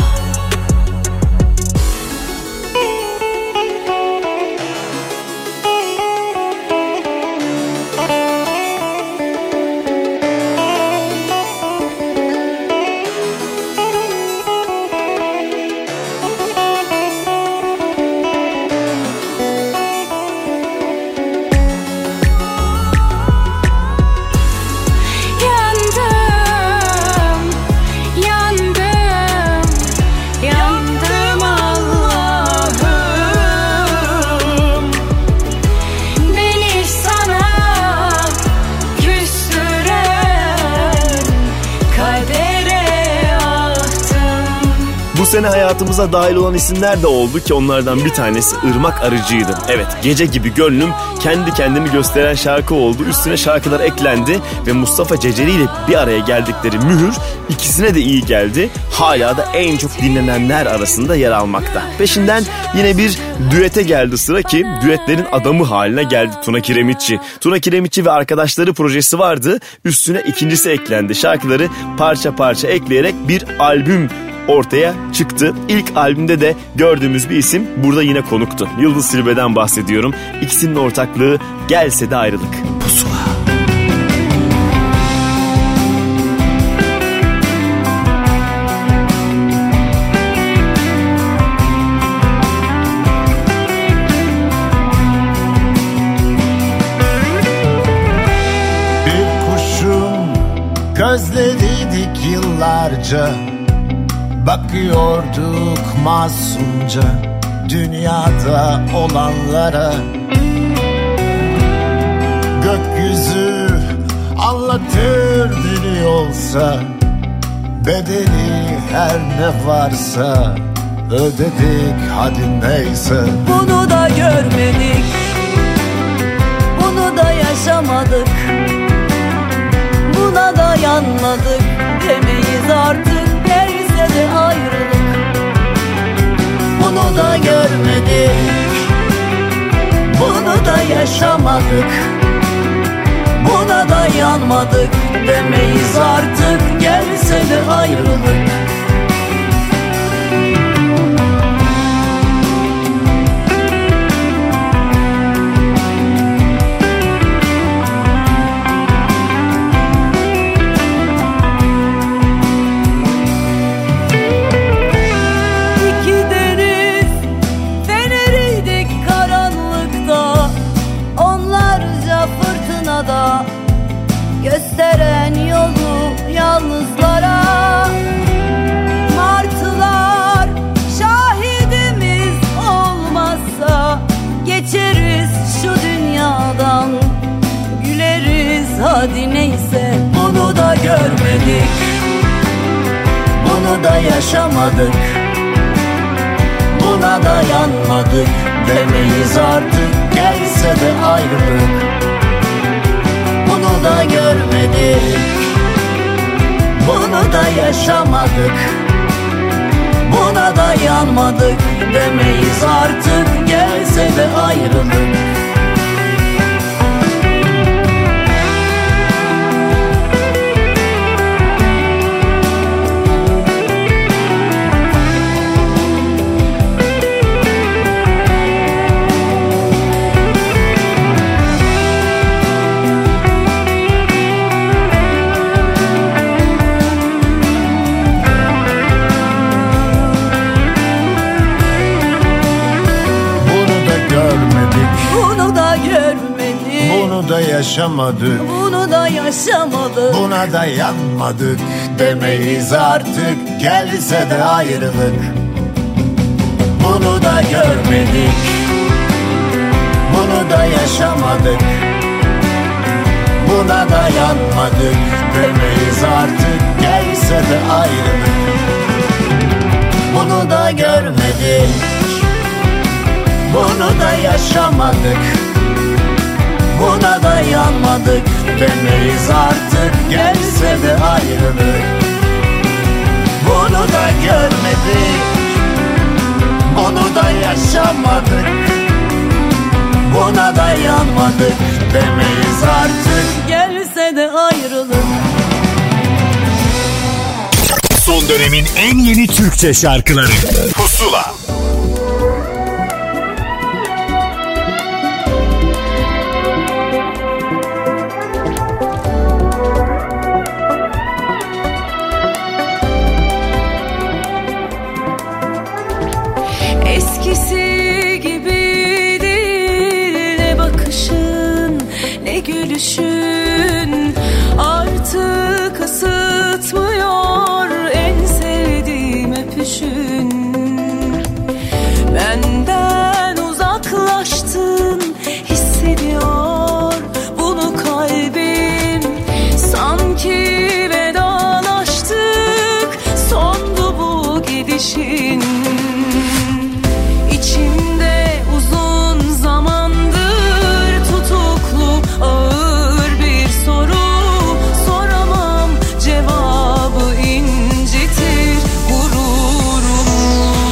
Yandım, yandım, yandım Allah'ım. Beni sana küstüren kadere ahtım. Bu sene hayatımıza dahil olan isimler de oldu ki onlardan bir tanesi Irmak Arıcı'ydı. Evet, Gece Gibi Gönlüm kendi kendini gösteren şarkı oldu. Üstüne şarkılar eklendi ve Mustafa Ceceli ile bir araya geldikleri mühür ikisine de iyi geldi. Hala da en çok dinlenenler arasında yer almakta. Peşinden yine bir düete geldi sıra ki düetlerin adamı haline geldi Tuna Kiremitçi. Tuna Kiremitçi ve arkadaşları projesi vardı. Üstüne ikincisi eklendi. Şarkıları parça parça ekleyerek bir albüm ortaya çıktı. İlk albümde de gördüğümüz bir isim burada yine konuktu. Yıldız Tilbe'den bahsediyorum. İkisinin ortaklığı Gelse de Ayrılık. Pusula. Bir kuşun gözleriydik yıllarca, bakıyorduk masumca dünyada olanlara. Gökyüzü anlatır dili olsa, bedeli her ne varsa ödedik, hadi neyse. Bunu da görmedik, bunu da yaşamadık, buna da yanmadık demeyiz artık, gelse de ayrılık. Bunu da görmedik, bunu da yaşamadık, buna da yanmadık demeyiz artık, gelse de ayrılık. hadi neyse. Bunu da görmedik, bunu da yaşamadık, buna da yanmadık demeyiz artık, gelse de ayrılık. Bunu da görmedik, bunu da yaşamadık, buna da yanmadık demeyiz artık, gelse de ayrılık. Bunu da yaşamadık, bunu da yaşamadık, buna da yanmadık demeyiz artık, gelse de ayrılık. Bunu da görmedik, bunu da yaşamadık, buna da yanmadık demeyiz artık, gelse de ayrılık. Bunu da görmedik, bunu da yaşamadık, buna da yanmadık demeyiz artık, gelse de ayrılık. Bunu da görmedik, bunu da yaşamadık, buna da yanmadık demeyiz artık, gelse de ayrılık. Son dönemin en yeni Türkçe şarkıları Pusula. Gülüşün artık ısıtmıyor en sevdiğim öpüşün. Benden uzaklaştın hissediyor bunu kalbim. Sanki vedalaştık, sondu bu gidişin. İçimde uzun zamandır tutuklu ağır bir soru, soramam cevabı incitir gururumu.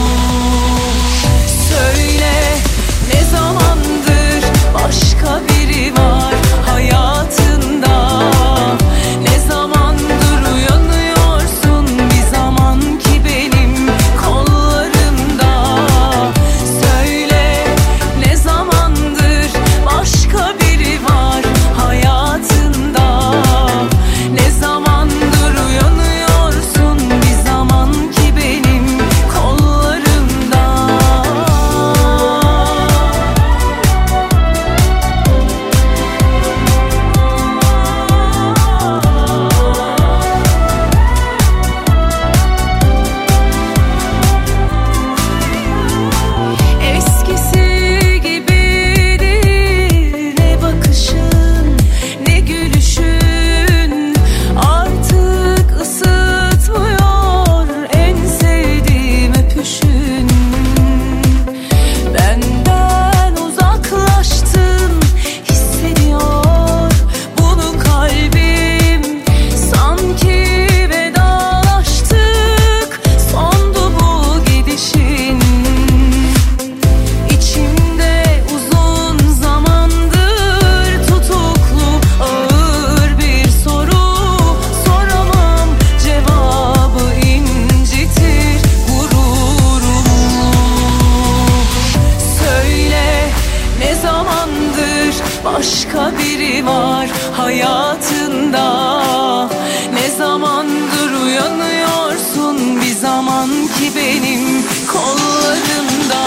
Söyle ne zamandır başka biri var hayatında, ne zamandır uyanıyorsun bir zaman ki benim kollarımda. Söyle ne zamandır başka biri var hayatında, ne zamandır uyanıyorsun bir zaman ki benim kollarımda. Eskisi gibi değil ne bakışın ne gülüşün, artık ısıtmıyor en sevdiğim öpüşün. Benden uzaklaştın hissediyor bunu kalbim. Sanki vedalaştık, sondu bu gidişin. İçimde uzun zamandır tutuklu ağır bir soru, soramam cevabı incitir gururumu. Söyle ne zamandır başka biri var hayatında, ne zamandır uyanıyorsun bir zaman ki benim kollarımda.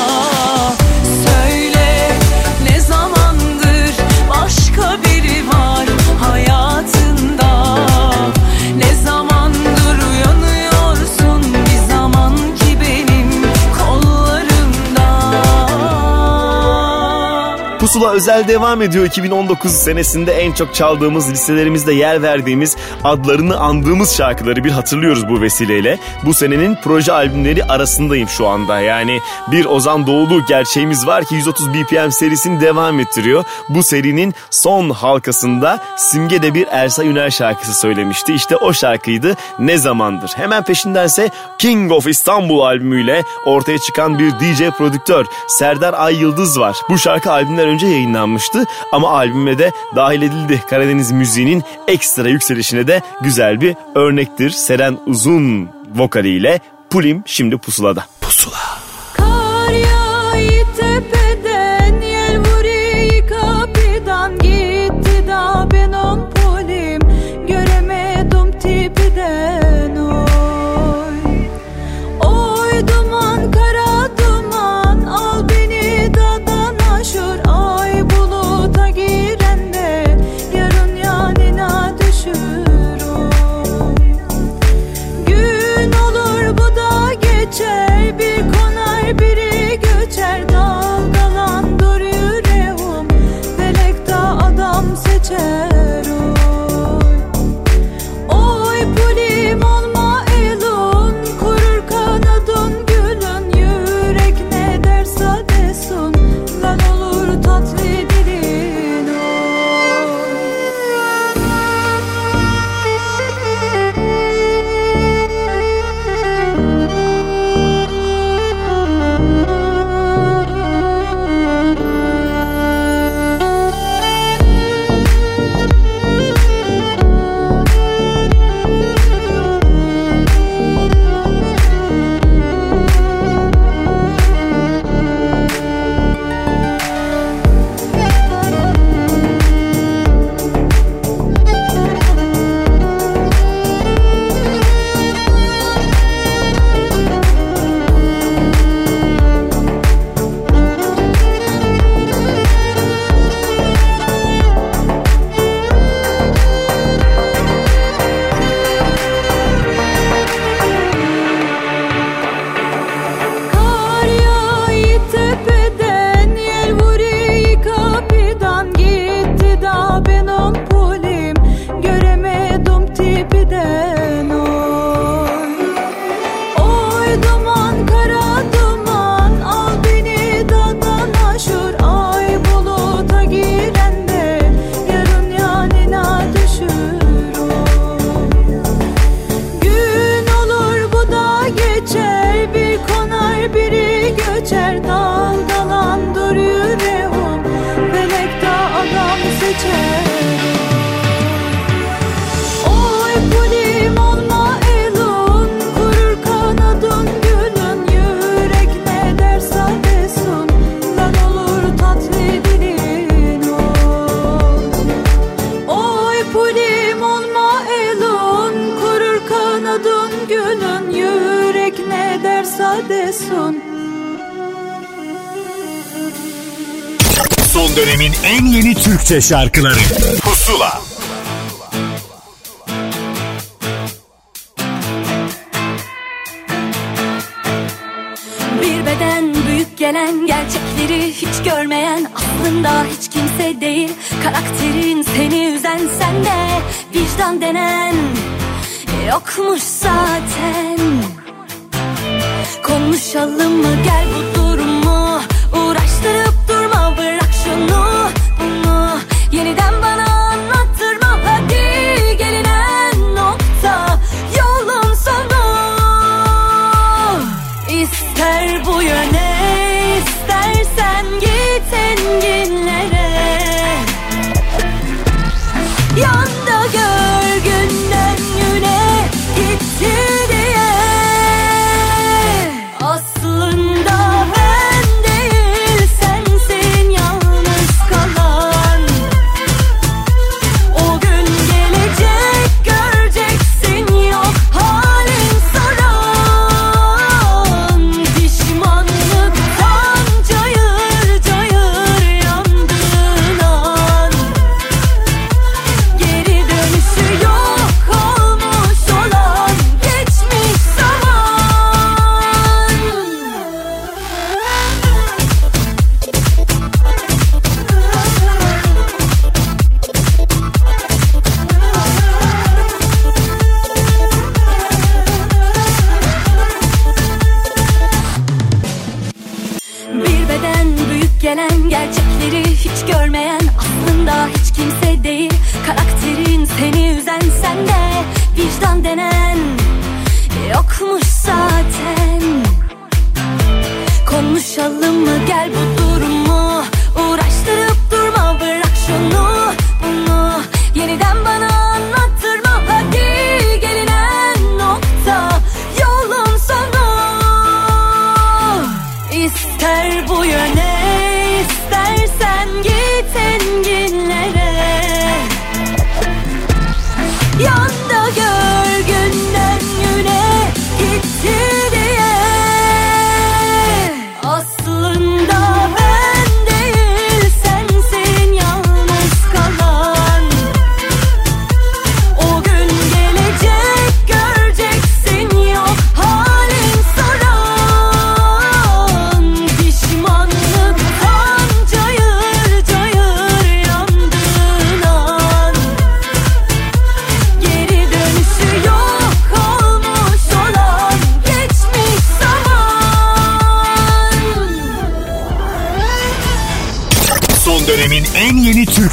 Söyle ne zamandır başka biri var hayatında, ne zamandır uyanıyorsun bir zaman ki benim kollarımda. Pusula özel devam ediyor. 2019 senesinde en çok çaldığımız, listelerimizde yer verdiğimiz, adlarını andığımız şarkıları bir hatırlıyoruz bu vesileyle. Bu senenin proje albümleri arasındayım şu anda. Yani bir Ozan Doğulu gerçeğimiz var ki 130 BPM serisini devam ettiriyor. Bu serinin son halkasında Simge de bir Ersa Üner şarkısı söylemişti. İşte o şarkıydı Ne Zamandır. Hemen peşindense King of İstanbul albümüyle ortaya çıkan bir DJ prodüktör Serdar Ay Yıldız var. Bu şarkı albümden önce yayınlanmıştı ama albüme de dahil edildi. Karadeniz müziğinin ekstra yükselişine de güzel bir örnektir. Seren Uzun vokaliyle Pulim şimdi Pusula'da. Pusula. Kar yağıyor tepeden, yel vuruyor kapıdan, gitti da ben on polim, göremedim tipiden oy. Oy duman kara duman, al beni dağdan aşır, ay buluta girende, yarın yanına düşür oy. Gün olur bu da geçer, bir konar biri göçer, dalgalandır yüreğim, felekte adam seçer oy. Oy pulim olma elun, kurur kanadın gülün, yürek ne derse desin, lan olur tatlı dilin oy. Kar yağıyor tepeden, yel vuruyor kapıdan, gitti da ben on polim, göremedim tipiden oy. Oy duman kara duman, al beni dağdan aşır, ay buluta girende, yarın yanına düşür oy. Gün olur bu da geçer, bir konar biri göçer, dalgalandır yüreğim, felekte adam seçer. Oy pulim olma elun, kurur kanadın gülün, yürek ne derse desin, lan olur tatlı dilin oy. Oy pulim olma elun, kurur kanadın gülün, yürek ne derse desin. Son dönemin en yeni Türkçe şarkıları Pusula. Bir beden büyük gelen, gerçekleri hiç görmeyen, aslında hiç kimse değil, karakterin seni üzen, sende vicdan denen yokmuş zaten. Konuşalım mı, gel bu durumu, uğraştırıp durma, bırak şunu bunu, yeniden bana anlattırma, hadi gelinen nokta yolun sonu. İster bu yöne, istersen git enginlere, yanda gör günden güne gitti diye. Aslında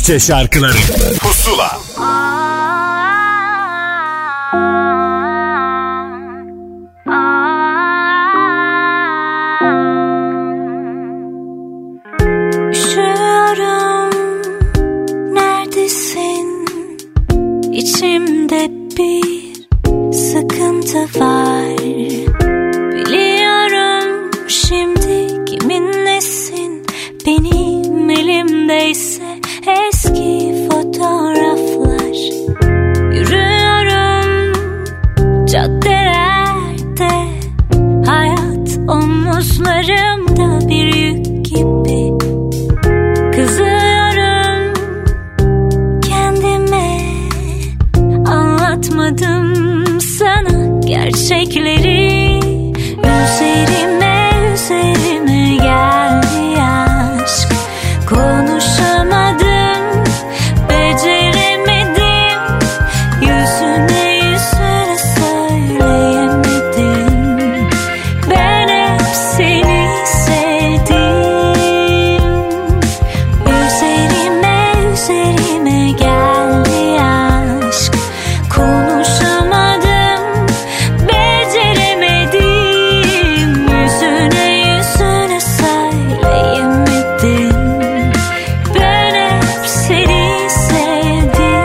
Türkçe şarkıları Pusula. Üşüyorum, neredesin? İçimde bir sıkıntı var. Biliyorum şimdi kiminlesin? Benim elimdeyse eski fotoğraflar. Yürüyorum caddelerde, hayat omuzlarımda bir yük gibi. Kızıyorum kendime, anlatmadım sana gerçekleri. Üzerime geldi aşk, konuşamadım, beceremedim, yüzüne söyleyemedim. Ben hep seni sevdim. Üzerime geldi aşk, konuşamadım, beceremedim, yüzüne söyleyemedim. Ben hep seni sevdim.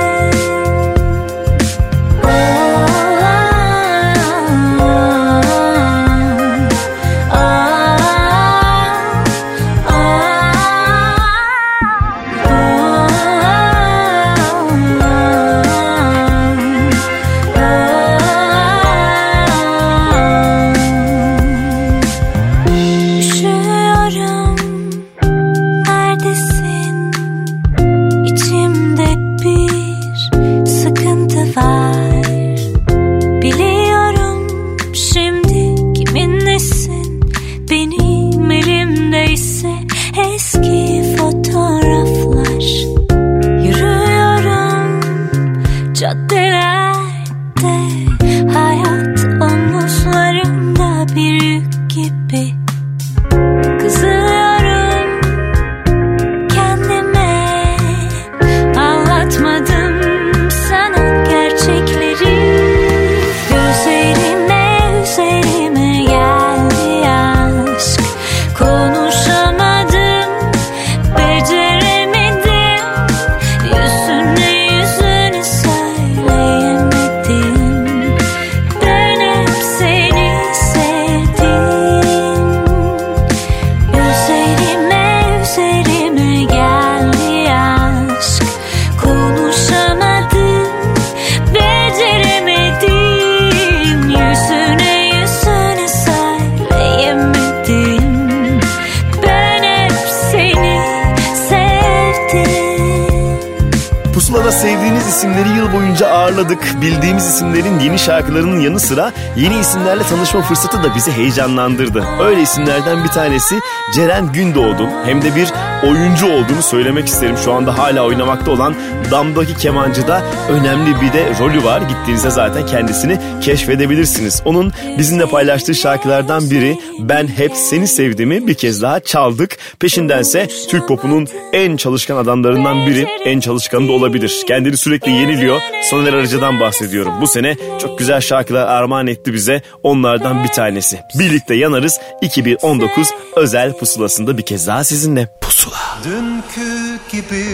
Üşüyorum, neredesin? İçimde bir sıkıntı var. Biliyorum şimdi kiminlesin? Benim elimdeyse eski fotoğraflar. Yürüyorum caddelerde, hayat omuzlarımda bir yük gibi. Kızıyorum kendime, anlatmadım sana gerçekleri. Üzerime geldi aşk, konuşamadım, beceremedim, yüzüne söyleyemedim. Ben hep seni sevdim. Üzerime geldi aşk, konuşamadım, beceremedim, yüzüne söyleyemedim. Ben hep seni sevdim. Pusula'da sevdiğiniz isimleri yıl boyunca ağırladık. Bildiğimiz isimlerin yeni şarkılarının yanı sıra yeni isimlerle tanışma fırsatı da bizi heyecanlandırdı. Öyle isimlerden bir tanesi Ceren Gündoğdu. Hem de bir oyuncu olduğunu söylemek isterim. Şu anda hala oynamakta olan Dam'daki Kemancı'da önemli bir de rolü var. Gittiğinizde zaten kendisini keşfedebilirsiniz. Onun bizimle paylaştığı şarkılardan biri Ben Hep Seni Sevdiğimi bir kez daha çaldık. Peşindense Türk popunun en çalışkan adamlarından biri, en çalışkanı da olabilir. Kendini sürekli yeniliyor. Soner Arıcı'dan bahsediyorum. Bu sene çok güzel şarkılar armağan etti bize. Onlardan bir tanesi. Birlikte Yanarız 2019 özel pusulasında bir kez daha sizinle. Pusula. Dünkü gibi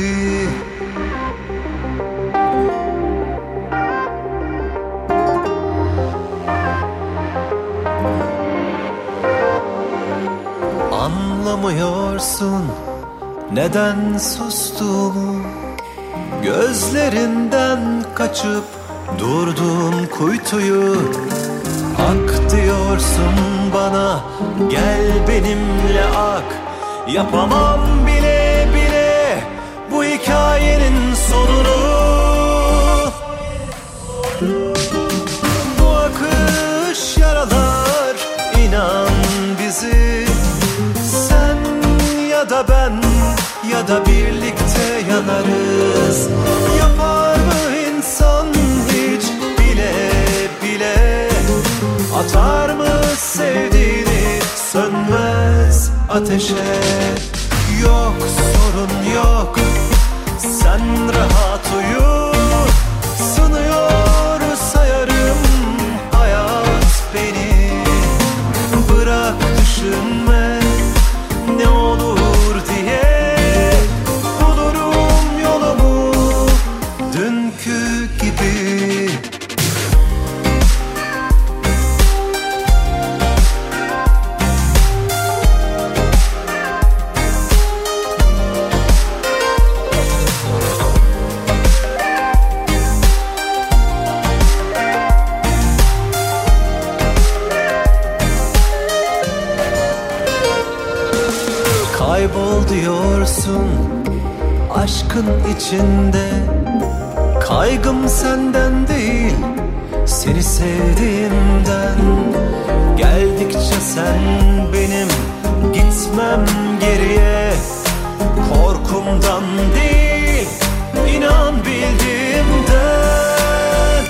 anlamıyorsun neden sustuğumu. Gözlerinden kaçıp durdum kuytuyu. Ak diyorsun bana, gel benimle ak. Yapamam bile bile bu hikayenin sonunu. Bu akış yaralar inan bizi. Sen ya da ben ya da birlikte yanarız. Yapar mı insan hiç bile bile? Atar mı sevdiğini sönmez ateşe? Yok sorun yok, sen rahat uyu, sınıyor sayarım hayat beni. Bırak düşünme ne olur diye, bulurum yolumu dünkü gibi. Kaybol diyorsun aşkın içinde, kaygım senden değil seni sevdiğimden. Geldikçe sen benim, gitmem geriye, korkumdan değil inan bildiğimden.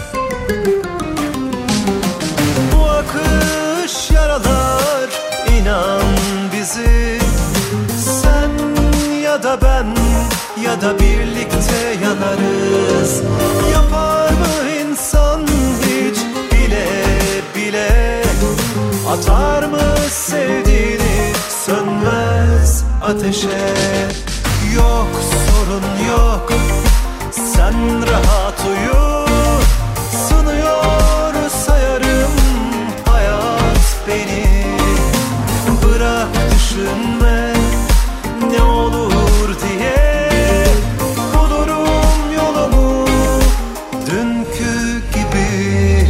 Bu akış yaralar inan bizi, sen ya da ben ya da birlikte yanarız. Yapar mı insan hiç bile bile, atar mı sevdiğini sönmez ateşe. Yok sorun yok, sen rahat uyu, sınıyor sayarım hayat beni. Bırak düşünme ne olur diye, bulurum yolumu dünkü gibi.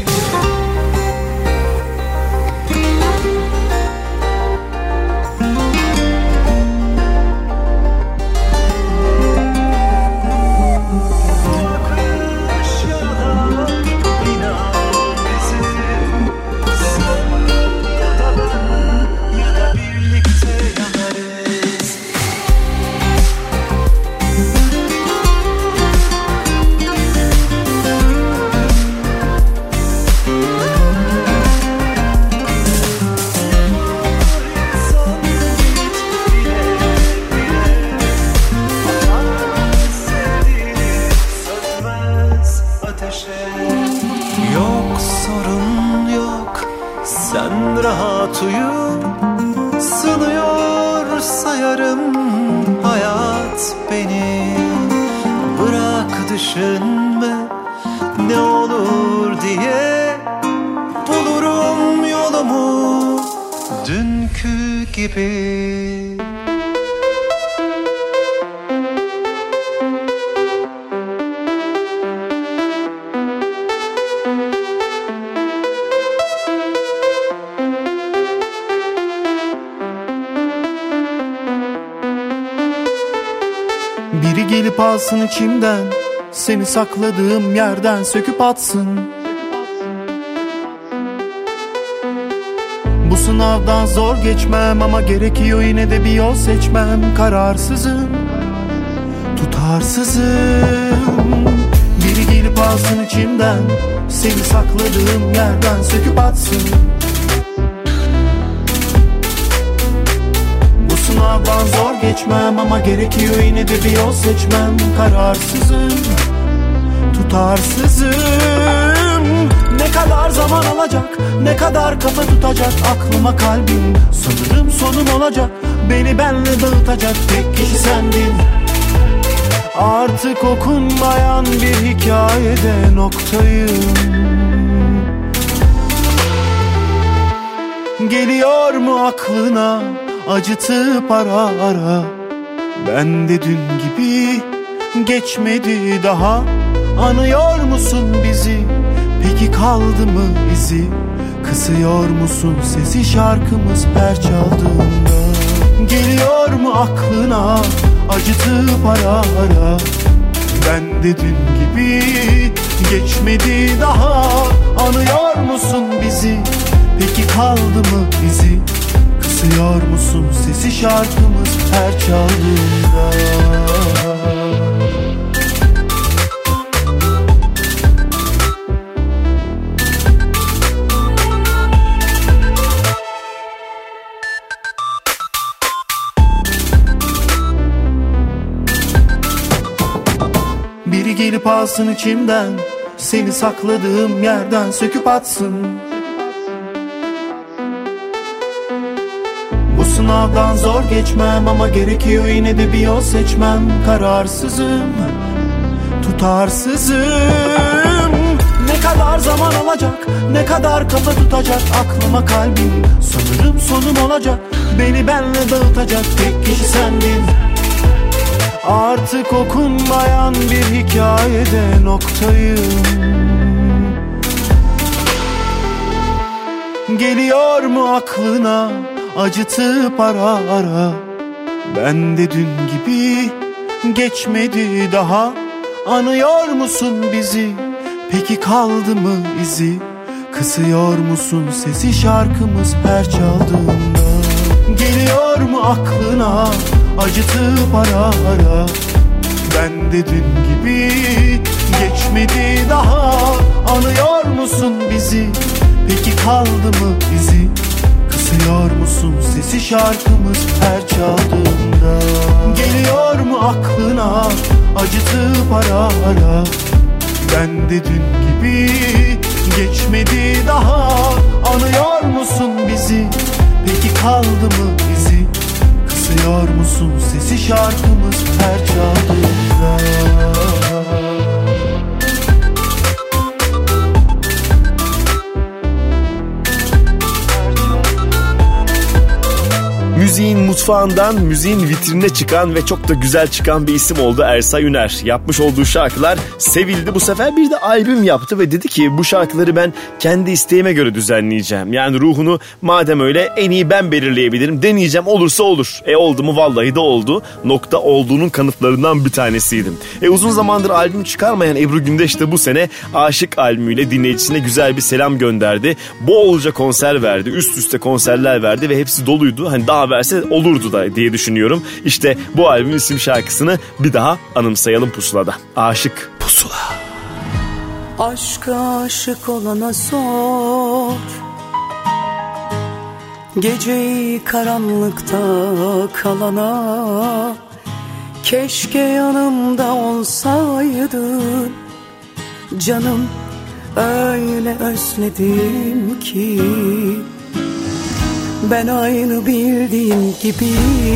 Yok sorun yok, sen rahat uyu, sınıyor sayarım hayat beni. Bırak düşünme ne olur diye, bulurum yolumu dünkü gibi. Biri gelip alsın içimden, seni sakladığım yerden söküp atsın. Bu sınavdan zor geçmem ama gerekiyor yine de bir yol seçmem. Kararsızım, tutarsızım. Biri gelip alsın içimden, seni sakladığım yerden söküp atsın. Sınavdan zor geçmem ama gerekiyor yine de bir yol seçmem. Kararsızım, tutarsızım. Ne kadar zaman alacak, ne kadar kafa tutacak aklıma kalbim. Sanırım sonum olacak, beni benle dağıtacak tek kişi sendin. Artık okunmayan bir hikayede noktayım. Geliyor mu aklına acıtıp ara ara, ben de dün gibi geçmedi daha. Anıyor musun bizi, peki kaldı mı izi? Kısıyor musun sesi şarkımız her çaldığında? Geliyor mu aklına acıtıp ara ara, ben de dün gibi geçmedi daha. Anıyor musun bizi, peki kaldı mı izi? Kısıyor musun sesi şarkımız her çaldığında? Biri gelip alsın içimden, seni sakladığım yerden söküp atsın. Bu sınavdan zor geçmem ama gerekiyor yine de bir yol seçmem. Kararsızım, tutarsızım. Ne kadar zaman alacak, ne kadar kafa tutacak aklıma kalbim. Sanırım sonum olacak, beni benle dağıtacak tek kişi sendin. Artık okunmayan bir hikayede noktayım. Geliyor mu aklına acıtıp ara ara? Ben de dün gibi geçmedi daha. Anıyor musun bizi? Peki kaldı mı izi? Kısıyor musun sesi şarkımız her çaldığında? Geliyor mu aklına acıtıp ara ara? Ben de dün gibi geçmedi daha. Anıyor musun bizi? Peki kaldı mı izi? Kısıyor musun sesi şarkımız her çaldığında? Geliyor mu aklına acıtıp ara ara? Ben de dün gibi geçmedi daha. Anıyor musun bizi? Peki kaldı mı izi? Kısıyor musun sesi şarkımız her çaldığında? Müziğin mutfağından müziğin vitrine çıkan ve çok da güzel çıkan bir isim oldu Ersay Üner. Yapmış olduğu şarkılar sevildi. Bu sefer bir de albüm yaptı ve dedi ki bu şarkıları ben kendi isteğime göre düzenleyeceğim. Yani ruhunu madem öyle en iyi ben belirleyebilirim, deneyeceğim, olursa olur. Oldu mu vallahi de oldu. Nokta olduğunun kanıtlarından bir tanesiydim. Uzun zamandır albüm çıkarmayan Ebru Gündeş de bu sene Aşık albümüyle dinleyicisine güzel bir selam gönderdi. Bolca konser verdi, üst üste konserler verdi ve hepsi doluydu. Hani daha verse olurdu da diye düşünüyorum. İşte bu albümün isim şarkısını bir daha anımsayalım Pusula'da. Aşık. Pusula. Aşka aşık olana sor, geceyi karanlıkta kalana. Keşke yanımda olsaydın canım, öyle özledim ki. Ben aynı bildiğim gibi.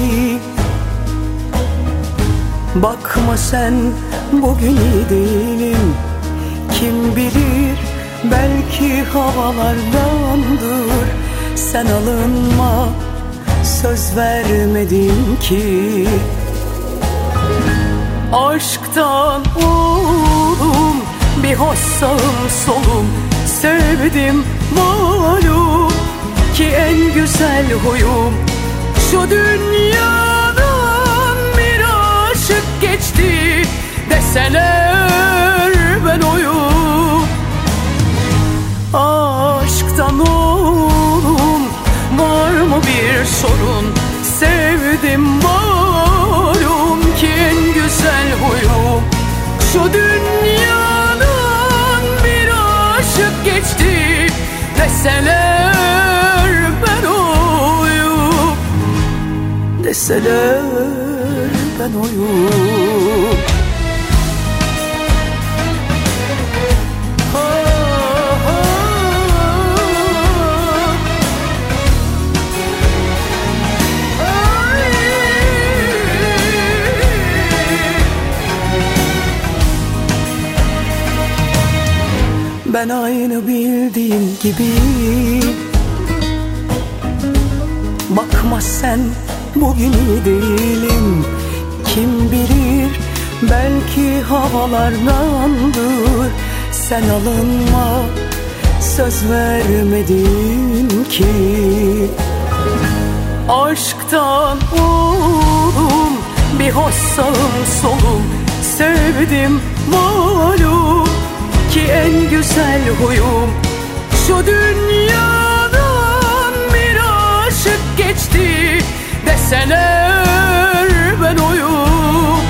Bakma sen bugün iyi değilim. Kim bilir belki havalardandır. Sen alınma, söz vermedim ki. Aşktan oldum bir hoş sağım solum. Sevdim malum ki en güzel huyum. Şu dünyadan bir aşık geçti deseler ben oyum. Aşktan oğlum var mı bir sorun? Sevdim malum ki en güzel huyum. Şu dünyadan bir aşık geçti deseler ben oyum. Deseler ben oyum. Ben aynı bildiğim gibi. Bakma sen bugün iyi değilim. Kim bilir belki havalardandır. Sen alınma, söz vermedin ki. Aşktan oğlum bir hoş sağım solum. Sevdim malum ki en güzel huyum. Şu dünyadan bir aşık geçti deseler ben oyum.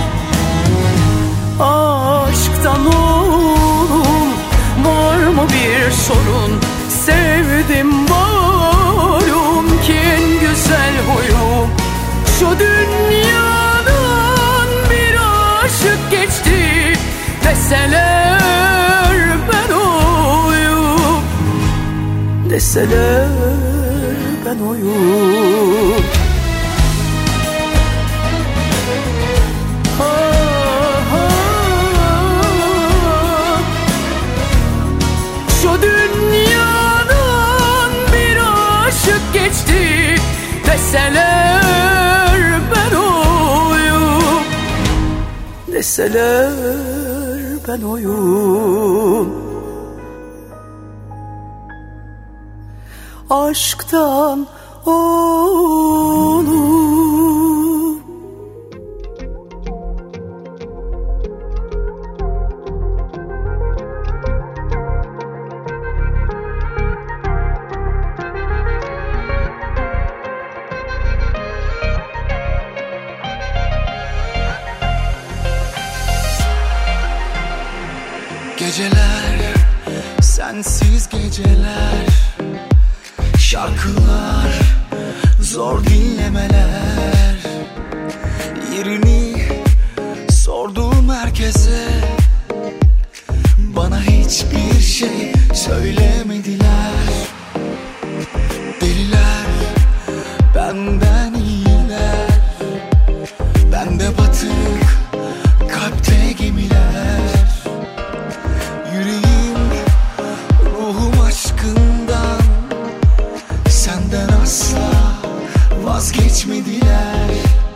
Aşktan oğlum var mı bir sorun? Sevdim malum ki en güzel huyum. Şu dünyadan bir aşık geçti Deseler ben oyum, deseler ben oyum. Şu dünyanın bir aşık geçti, deseler ben oyum, deseler ben oyum. Aşktan oğlum. Geceler, sensiz geceler, şarkılar, zor dinlemeler. Yerini sorduğum herkese bana hiçbir şey söylemediler. Deliler benden iyiler, bende batık kalpte gemiler. Yüreğim, ruhum aşkından, senden asla vazgeçmediler.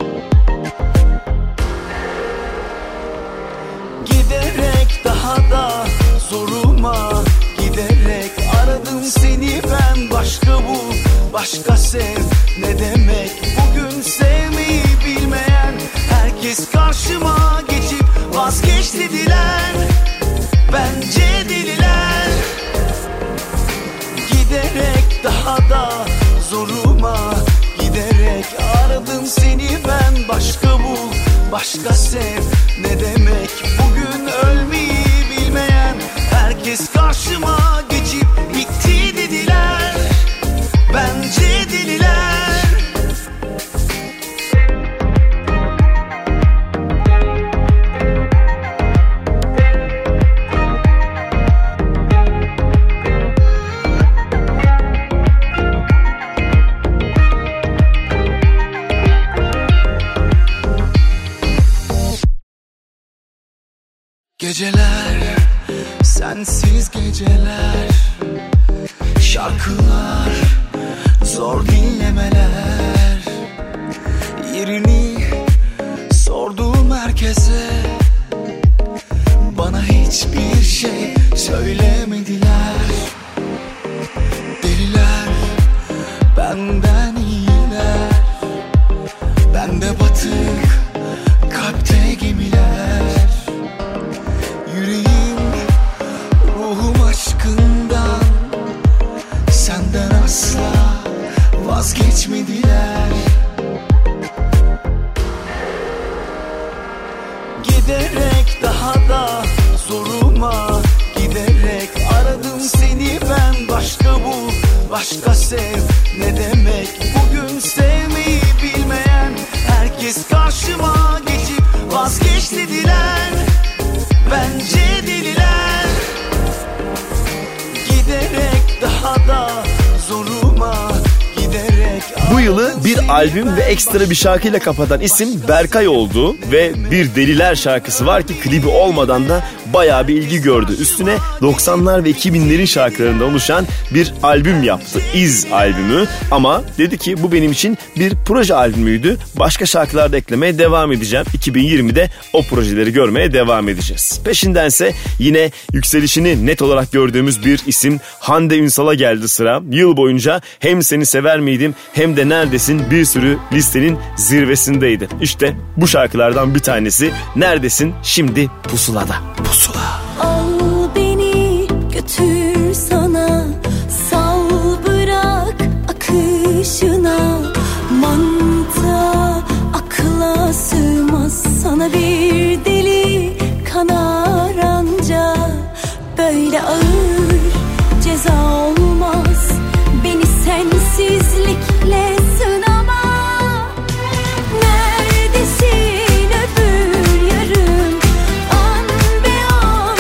Giderek daha da zoruma giderek aradım seni ben. Başka bul, başka sev, ne demek bugün sevmeyi bilmeyen. Herkes karşıma geçip vazgeç dediler. Bence deliler. Giderek daha da zoruma giderek aradım seni ben. Başka bul, başka sev, ne demek bugün ölmeyi bilmeyen. Herkes karşıma geçip bitti dediler. Bence deliler. Geceler, sensiz geceler, şarkılar, zor dinlemeler. Yerini sorduğum herkese bana hiçbir şey söylemediler. Deliler benden iyiler, bende batık kalpte gemiler. Yüreğim, ruhum aşkından, senden asla vazgeçmediler. Giderek daha da zoruma giderek aradım seni ben. Başka bul, başka sev, ne demek bugün sevmeyi bilmeyen. Herkes karşıma geçip vazgeç dediler. Bence deliler. Giderek daha da zoruma giderek. Bu yılı bir albüm ve ekstra bir şarkıyla kapatan isim Berkay oldu ve bir Deliler şarkısı var ki klibi olmadan da bayağı bir ilgi gördü. Üstüne 90'lar ve 2000'lerin şarkılarından oluşan bir albüm yaptı. İz albümü, ama dedi ki bu benim için bir proje albümüydü. Başka şarkılar da eklemeye devam edeceğim. 2020'de o projeleri görmeye devam edeceğiz. Peşindense yine yükselişini net olarak gördüğümüz bir isim Hande Ünsal'a geldi sıra. Yıl boyunca hem Seni Sever Miydim hem de Neredesin bir sürü listenin zirvesindeydi. İşte bu şarkılardan bir tanesi Neredesin şimdi Pusula'da. Pusula. Al beni götür sana, sal bırak akışına. Mantığa akla sığmaz, sana bir deli kanar anca. Böyle ağır ceza olmaz, beni sensizlikle sınama. Neredesin öbür yarın, an be an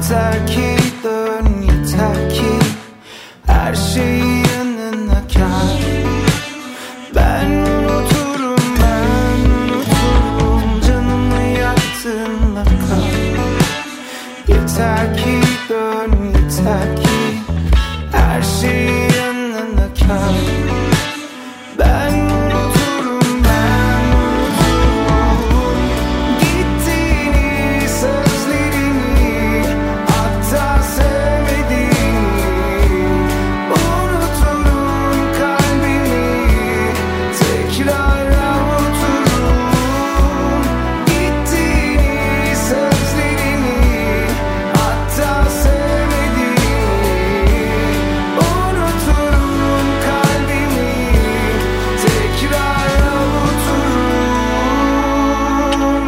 Yeter ki dön, yeter ki her şeyi yanına kar. Ben unuturum, ben unuturum, canımı yaktığında kal. Yeter ki dön, yeter ki her şeyi yanına kar. Ben unuturum, ben unuturum gittiğini, sözlerini, hatta sevmediğini. Unuturum kalbimi, tekrar avuturum gittiğini, sözlerini, hatta sevmediğini. Unuturum kalbimi, tekrar avuturum.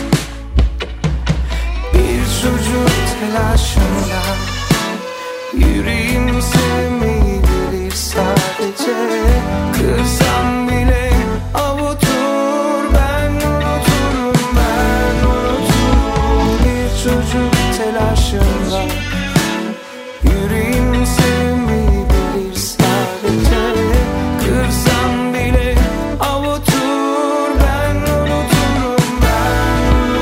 Bir çocuk telaşında yüreğim sevmeyi bilir sadece. Kırsam bile avutur, ben unuturum, ben unuturum. Bir çocuk telaşında yüreğim sevmeyi bilir sadece. Kırsam bile avutur, ben unuturum, ben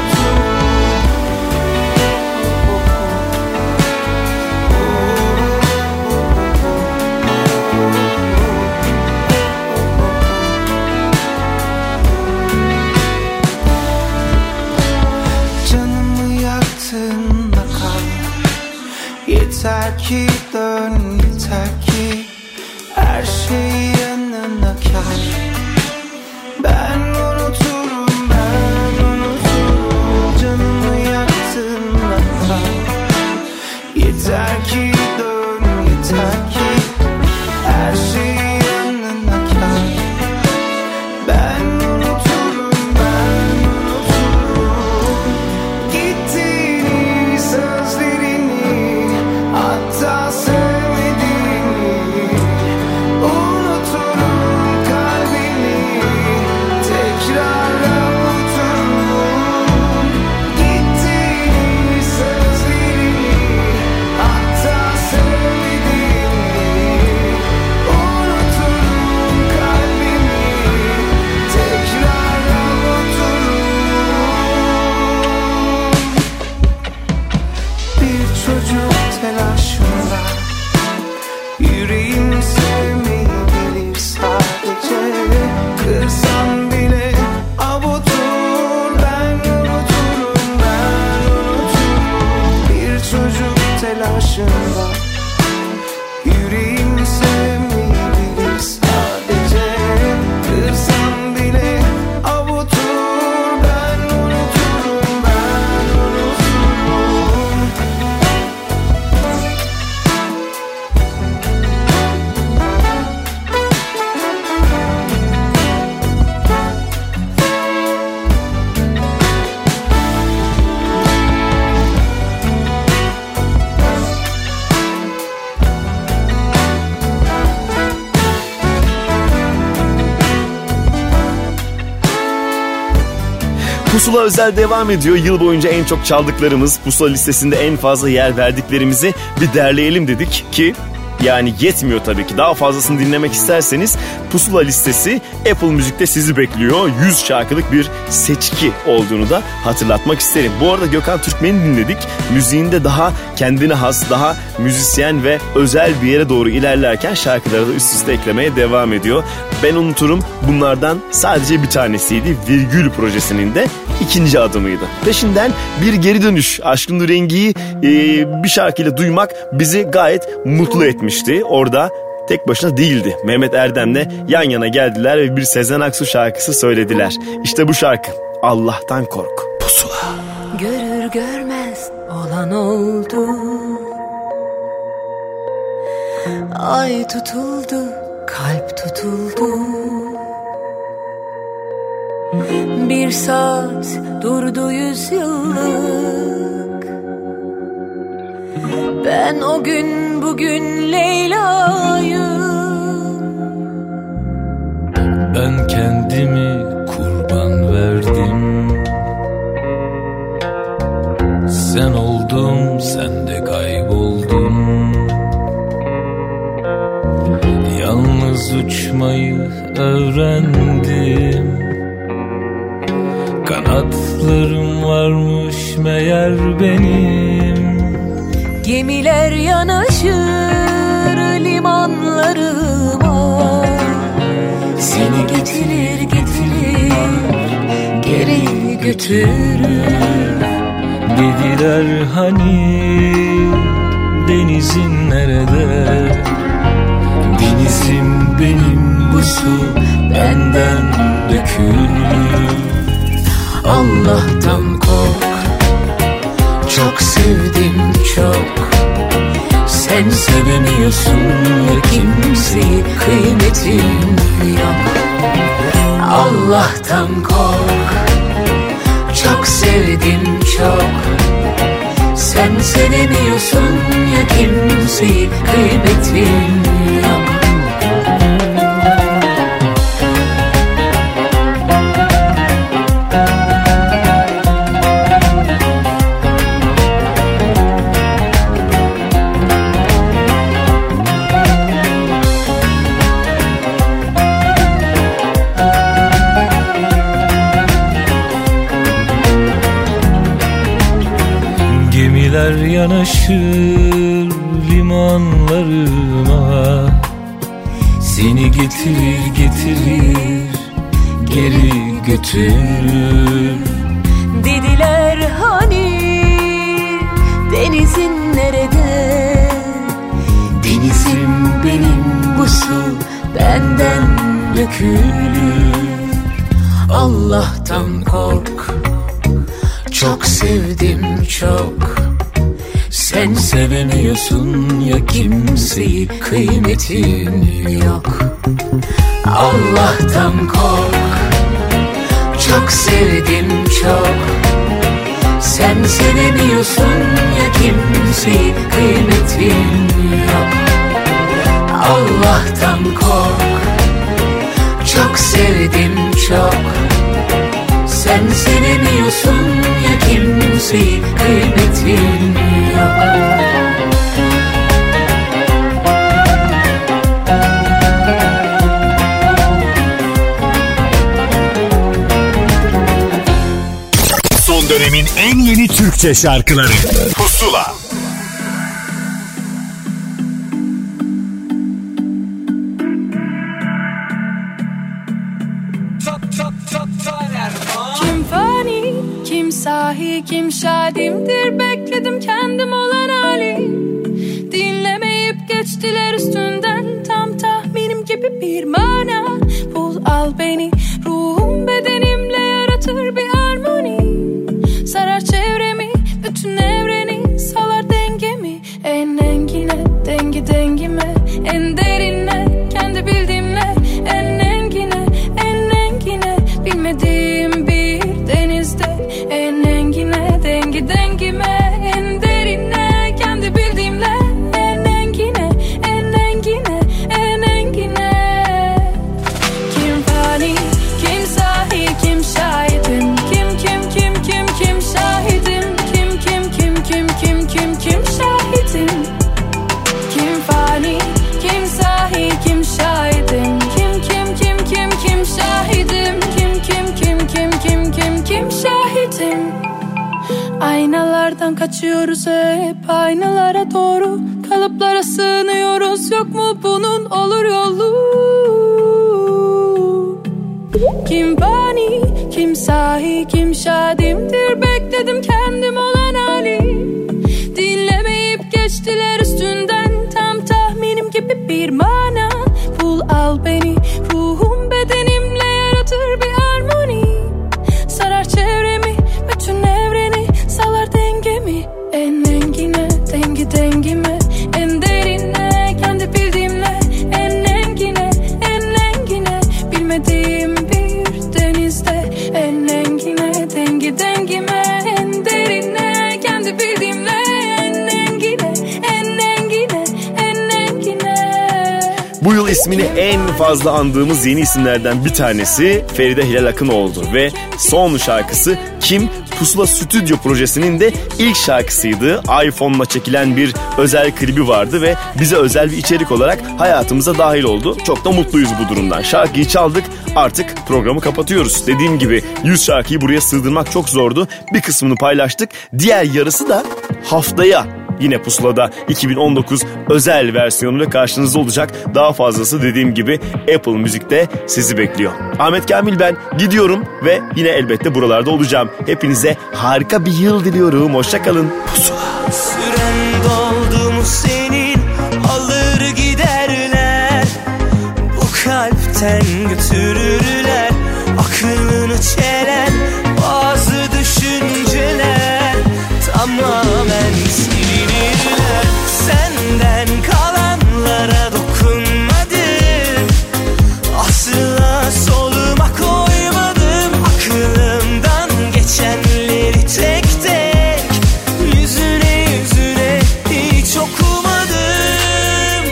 canımı yaktığında kal. Yeter ki dön, yeter ki her şeyi yanına kar. Ben unuturum, ben unuturum, canımı yaktığında kal. Yeter ki dön, yeter ki her şeyi yanına kar. Ben unuturum, ben unuturum gittiğini, sözlerini, hatta sevmediğini. Unuturum kalbini, tekrar avuturum gittiğini, sözlerini, hatta sevmediğini. Unuturum kalbimi, tekrar avuturum. Bir çocuk telaşında yüreğim sevmeyi bilir sadece. Kırsam bile avutur, ben unuturum, ben unuturum. Bir çocuk telaşında yüreğim sevmeyi bilir sadece. Kırsam bile avutur, ben unuturum, ben unuturum. Pusula özel devam ediyor. Yıl boyunca en çok çaldıklarımız, Pusula listesinde en fazla yer verdiklerimizi bir derleyelim dedik ki yani yetmiyor tabii ki. Daha fazlasını dinlemek isterseniz Pusula listesi Apple Müzik'te sizi bekliyor. 100 şarkılık bir seçki olduğunu da hatırlatmak isterim. Bu arada Gökhan Türkmen'i dinledik. Müziğinde daha kendine has, daha müzisyen ve özel bir yere doğru ilerlerken şarkıları da üst üste eklemeye devam ediyor. Ben unuturum bunlardan sadece bir tanesiydi. Virgül projesinin de ikinci adımıydı. Peşinden bir geri dönüş. Aşkın Nur Yengi'yi bir şarkıyla duymak bizi gayet mutlu etmişti. Orada tek başına değildi. Mehmet Erdem'le yan yana geldiler ve bir Sezen Aksu şarkısı söylediler. İşte bu şarkı. Allah'tan kork. Pusula. Görür görmez olan oldu. Ay tutuldu, kalp tutuldu. Bir saat durdu 100 yıllık. Ben o gün bugün Leyla'yım. Ben kendimi kurban verdim. Sen oldum, sen uçmayı öğrendim. Kanatlarım varmış meğer benim. Gemiler yanaşır limanlarıma, seni getirir geri götürür. Dediler hani denizin nerede? Denizim benim, bu su benden dökülür. Allah'tan kork, çok sevdim çok. Sen sevemiyorsun ya kimseyi, kıymetin yok. Allah'tan kork, çok sevdim çok. Sen sevemiyorsun ya kimseyi, kıymetin yok. Gemiler yanaşır limanlarıma, seni getirir geri götürür. Dediler hani denizin nerede? Denizim benim, bu su benden dökülür. Allah'tan kork, çok sevdim çok. Sen sevemiyorsun ya kimseyi, kıymetin yok. Allah'tan kork, çok sevdim çok. Sen sevemiyorsun ya kimseyi, kıymetin yok. Allah'tan kork, çok sevdim çok. Sen sevemiyorsun ya kimseyi, kıymetin yok. Son dönemin en yeni Türkçe şarkıları Pusula. Kim fani, kim sahi, kim şadimdir, bekledim kendim olan hali. Dinlemeyip geçtiler üstünden, tam tahminim gibi bir mana. Bul al beni, ruhum bedenimle yaratır bir harmoni. Sarar çevremi, bütün evreni, salar dengemi. En engine, dengime, en derine, kendi bildiğimle. En engine, bilmediğim bir denizde. En engine, dengime, en derine, kendi bildiğimle. En engine, en engine. Kim fani, kim sahi, kim şahidim. Kim şahidim. Kim şahidim. Kim fani, kim sahi, kim şahidim. Kim şahidim. Kim şahidim. Aynalardan kaçıyoruz hep, aynalara doğru, kalıplara sığınıyoruz. Yok mu bunun olur yolu? Kim fani, kim sahi, kim şadimdir, bekledim kendim olan hali. Dinlemeyip geçtiler üstünden, tam tahminim gibi bir mana. Bul al beni, ruhum bedenimle yaratır bir harmoni. Sarar çevremi, bütün evreni, salar dengemi. En engine, dengime, en derine, kendi bildiğimle. En engine, bilmediğim bir denizde. En engine, dengime, en derine, kendi bildiğimle. En engine. Bu yıl ismini en fazla andığımız yeni isimlerden bir tanesi Feride Hilal Akın oldu ve son şarkısı Kim Pusula Stüdyo projesinin de ilk şarkısıydı. iPhone'la çekilen bir özel klibi vardı ve bize özel bir içerik olarak hayatımıza dahil oldu. Çok da mutluyuz bu durumdan. Şarkıyı çaldık, artık programı kapatıyoruz. Dediğim gibi 100 şarkıyı buraya sığdırmak çok zordu. Bir kısmını paylaştık. Diğer yarısı da haftaya yine Pusula'da 2019 özel versiyonuyla karşınızda olacak. Daha fazlası dediğim gibi Apple Müzik'te sizi bekliyor. Ahmet Kamil ben, gidiyorum ve yine elbette buralarda olacağım. Hepinize harika bir yıl diliyorum. Hoşça kalın. Pusula. Süren doldu mu senin, alır giderler, bu kalpten götürürler. Aklını çelen bazı düşünceler tamamen silinirler. Senden kalanlara dokunmadım, asla soluma koymadım. Aklımdan geçenleri tek tek yüzüne hiç okumadım.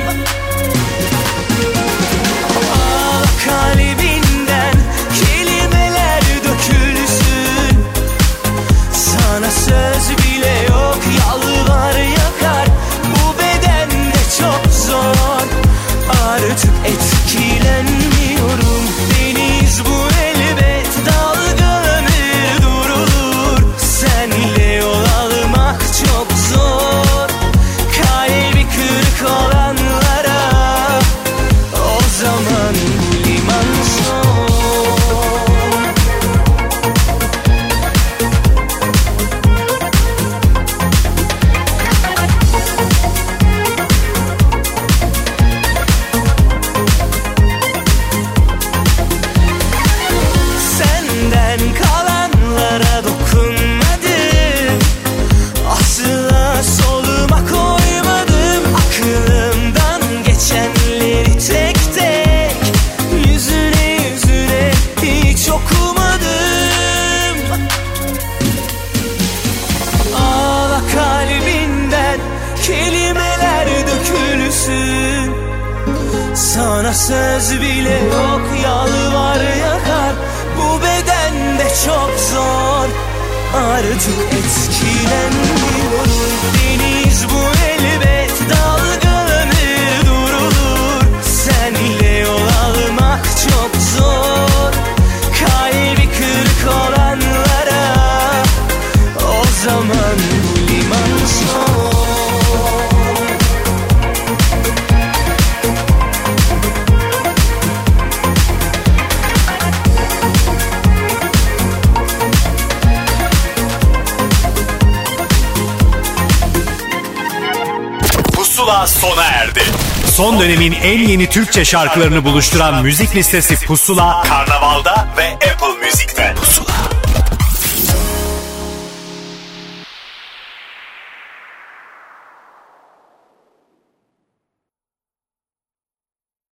Ağla kalbinden kelimeler dökülsün, sana söz bile yok, yalvar yakar, bu bedende çok zor. Artık etkilenmiyorum, deniz bu elbet, dalgalanır durulur. Senle yol almak çok zor, kalbi kırık olanlara o zaman bu liman son. Senden kalanlara dokunmadım, asla soluma koymadım. Aklımdan geçenleri tek tek yüzüne hiç okumadım. Ağla kalbinden kelimeler dökülsün, sana söz bile yok, yalvar yakar, bu bedende çok zor. Artık etkilenmiyorum, deniz bu elbet, dalgalanır durulur. Senle yol almak çok zor, kalbi kırık olanlara o zaman bu liman son. Pusula sona erdi. Son dönemin en yeni Türkçe şarkılarını buluşturan müzik listesi Pusula, Karnaval'da ve Apple Müzik'te. Pusula.